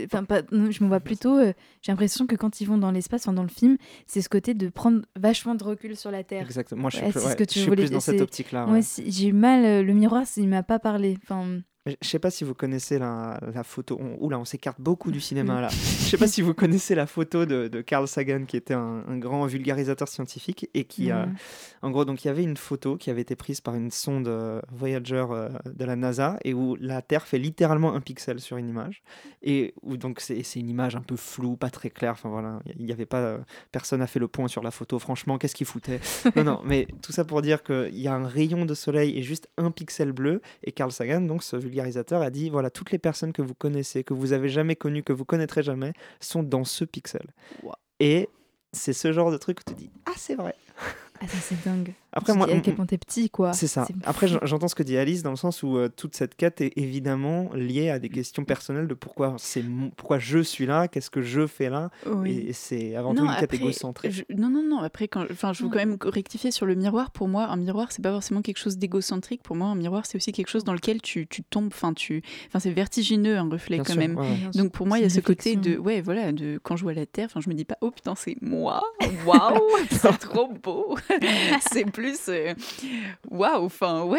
Je me vois plutôt. J'ai l'impression que quand ils vont dans l'espace, dans le film, c'est ce côté de prendre vachement de recul sur la Terre. Exactement. Moi, je suis, je suis plus dans cette optique-là. Moi aussi, j'ai eu mal. Le miroir, il m'a pas parlé. Enfin. Je sais pas si vous connaissez la photo. On s'écarte beaucoup du cinéma là. Je sais pas si vous connaissez la photo de Carl Sagan, qui était un grand vulgarisateur scientifique et qui en gros, donc il y avait une photo qui avait été prise par une sonde Voyager de la NASA et où la Terre fait littéralement un pixel sur une image et où donc c'est une image un peu floue, pas très claire. Enfin voilà, il y avait pas personne n'a fait le point sur la photo. Franchement, qu'est-ce qu'il foutait? Non, mais tout ça pour dire qu'il y a un rayon de soleil et juste un pixel bleu, et Carl Sagan, donc ce vulgarisateur, a dit voilà, toutes les personnes que vous connaissez, que vous avez jamais connues, que vous connaîtrez jamais, sont dans ce pixel. Wow. Et c'est ce genre de truc où tu te dis ah, c'est vrai. Ah, ça c'est dingue. Après, moi, à quel point t'es petit, quoi. C'est ça. Après, j'entends ce que dit Alice dans le sens où toute cette quête est évidemment liée à des questions personnelles de pourquoi je suis là, qu'est-ce que je fais là. Oui. Et c'est avant tout une quête égocentrique. Non. Après, je veux quand même rectifier sur le miroir. Pour moi, un miroir, c'est pas forcément quelque chose d'égocentrique. Pour moi, un miroir, c'est aussi quelque chose dans lequel tu tombes. C'est vertigineux, un reflet, bien quand sûr, même. Ouais. Donc pour moi, il y a ce côté de quand je vois la Terre, je me dis pas oh putain, c'est moi. Waouh, c'est trop beau. C'est plus waouh,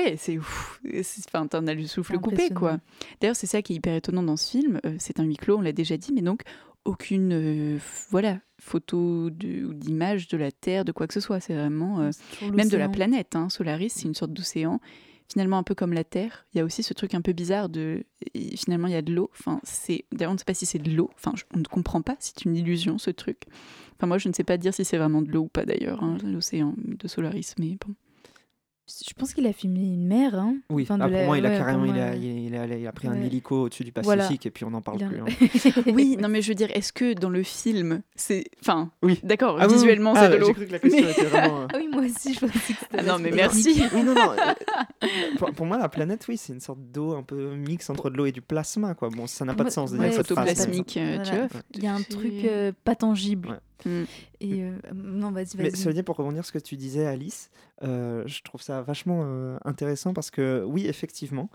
t'en as le souffle coupé, quoi. D'ailleurs, c'est ça qui est hyper étonnant dans ce film. C'est un huis clos, on l'a déjà dit, mais donc aucune photo ou d'image de la Terre, de quoi que ce soit. C'est vraiment même de la planète. Solaris, c'est une sorte d'océan. Finalement, un peu comme la Terre, il y a aussi ce truc un peu bizarre finalement, il y a de l'eau. D'ailleurs, on ne sait pas si c'est de l'eau. On ne comprend pas, c'est une illusion, ce truc. Moi, je ne sais pas dire si c'est vraiment de l'eau ou pas, d'ailleurs, l'océan de Solaris, mais bon. Je pense qu'il a filmé une mer. Oui, pour moi, il a carrément il a pris un hélico au-dessus du Pacifique et puis on n'en parle plus. Oui, non, mais je veux dire, est-ce que dans le film, c'est... oui. D'accord, visuellement, c'est de l'eau. J'ai cru que la question était vraiment... Ah oui, moi aussi, je pensais que c'était... non, mais merci. Oui, non. Pour moi, la planète, oui, c'est une sorte d'eau un peu mix entre de l'eau et du plasma, quoi. Bon, ça n'a pas de sens. Photoplasmique, tu vois. Il y a un truc pas tangible. Ouais. Et non, vas-y. Mais ça veut dire, pour rebondir sur ce que tu disais, Alice, je trouve ça vachement intéressant parce que oui, effectivement,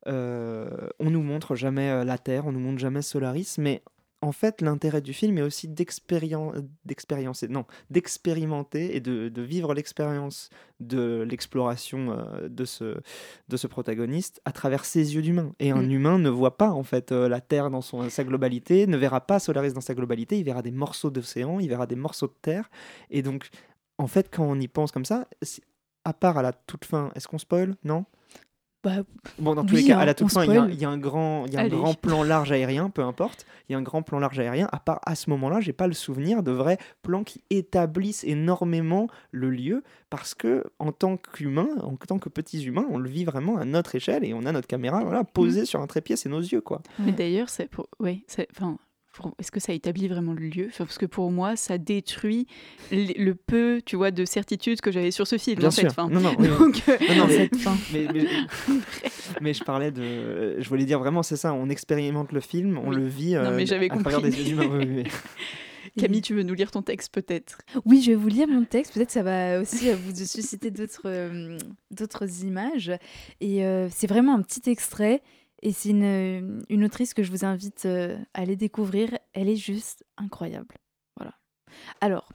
on nous montre jamais la Terre, on nous montre jamais Solaris, mais en fait, l'intérêt du film est aussi d'expérimenter et de vivre l'expérience de l'exploration de ce protagoniste à travers ses yeux d'humain. Et un humain ne voit pas en fait la Terre dans sa globalité, ne verra pas Solaris dans sa globalité, il verra des morceaux d'océan, il verra des morceaux de terre. Et donc, en fait, quand on y pense comme ça, à part à la toute fin, est-ce qu'on spoil? Non? Bah, Bon, dans tous oui, les cas, hein, à la on toute fin, il y a, spoil. il y a un grand, il y a un Allez. grand plan large aérien, peu importe. Il y a un grand plan large aérien. À part à ce moment-là, j'ai pas le souvenir de vrais plans qui établissent énormément le lieu, parce que en tant qu'humain, en tant que petits humains, on le vit vraiment à notre échelle et on a notre caméra, voilà, posée sur un trépied, c'est nos yeux, quoi. Mais d'ailleurs, est-ce que ça établit vraiment le lieu? Enfin, parce que pour moi, ça détruit le peu, tu vois, de certitude que j'avais sur ce film, Bien en fait. sûr. Enfin, Non, non, oui, donc, non, mais- Cette fin. mais je parlais de, je voulais dire vraiment, c'est ça. On expérimente le film, on Oui. le vit Non, mais j'avais à travers compris. des yeux humains. Oui, oui, oui. Camille, tu veux nous lire ton texte, peut-être? Oui, je vais vous lire mon texte. Peut-être ça va aussi vous susciter d'autres images. Et c'est vraiment un petit extrait. Et c'est une autrice que je vous invite à aller découvrir. Elle est juste incroyable. Voilà. Alors,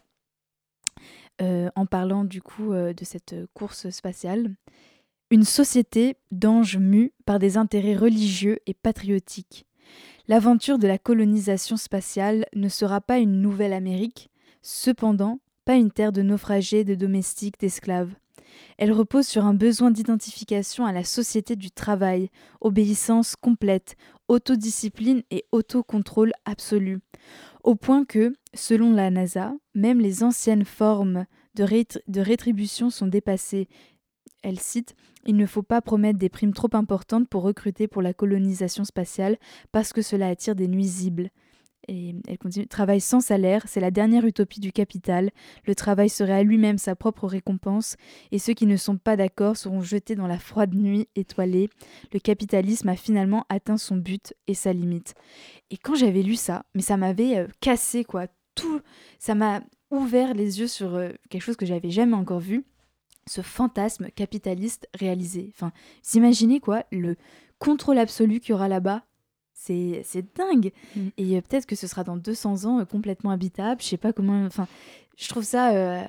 en parlant du coup de cette course spatiale, une société d'anges mus par des intérêts religieux et patriotiques. L'aventure de la colonisation spatiale ne sera pas une nouvelle Amérique, cependant pas une terre de naufragés, de domestiques, d'esclaves. Elle repose sur un besoin d'identification à la société du travail, obéissance complète, autodiscipline et autocontrôle absolu. Au point que, selon la NASA, même les anciennes formes de rétribution sont dépassées. Elle cite « Il ne faut pas promettre des primes trop importantes pour recruter pour la colonisation spatiale parce que cela attire des nuisibles. » Et elle continue « Travail sans salaire, c'est la dernière utopie du capital. Le travail serait à lui-même sa propre récompense et ceux qui ne sont pas d'accord seront jetés dans la froide nuit étoilée. Le capitalisme a finalement atteint son but et sa limite. » Et quand j'avais lu ça, mais ça m'avait cassé quoi. Tout, ça m'a ouvert les yeux sur quelque chose que j'avais jamais encore vu. Ce fantasme capitaliste réalisé. Enfin, vous imaginez quoi, le contrôle absolu qu'il y aura là-bas, c'est dingue. Et peut-être que ce sera dans 200 ans complètement habitable. Je sais pas comment. Enfin, je trouve ça.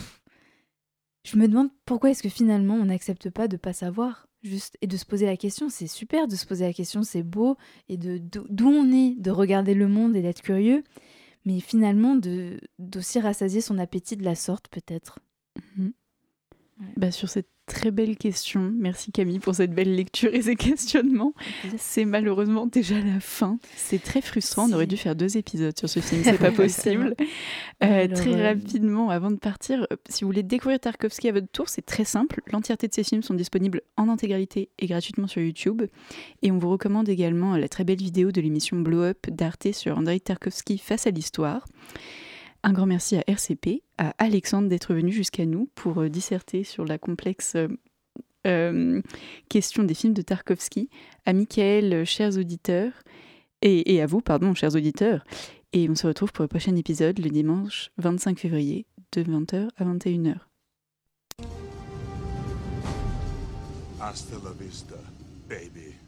Je me demande pourquoi est-ce que finalement on n'accepte pas de pas savoir, juste et de se poser la question. C'est super de se poser la question, c'est beau et d'où on est, de regarder le monde et d'être curieux, mais finalement d'aussi rassasier son appétit de la sorte peut-être. Bah, sur cette très belle question, merci Camille pour cette belle lecture et ces questionnements. C'est malheureusement déjà la fin. C'est très frustrant, on aurait dû faire 2 épisodes sur ce film, c'est pas possible. Très rapidement, avant de partir, si vous voulez découvrir Tarkovsky à votre tour, c'est très simple. L'entièreté de ses films sont disponibles en intégralité et gratuitement sur YouTube. Et on vous recommande également la très belle vidéo de l'émission Blow Up d'Arte sur Andrei Tarkovsky face à l'histoire. Un grand merci à RCP, à Alexandre d'être venu jusqu'à nous pour disserter sur la complexe question des films de Tarkovsky, à Mickaël, chers auditeurs, et à vous, pardon, chers auditeurs. Et on se retrouve pour le prochain épisode le dimanche 25 février de 20h à 21h. Hasta la vista, baby.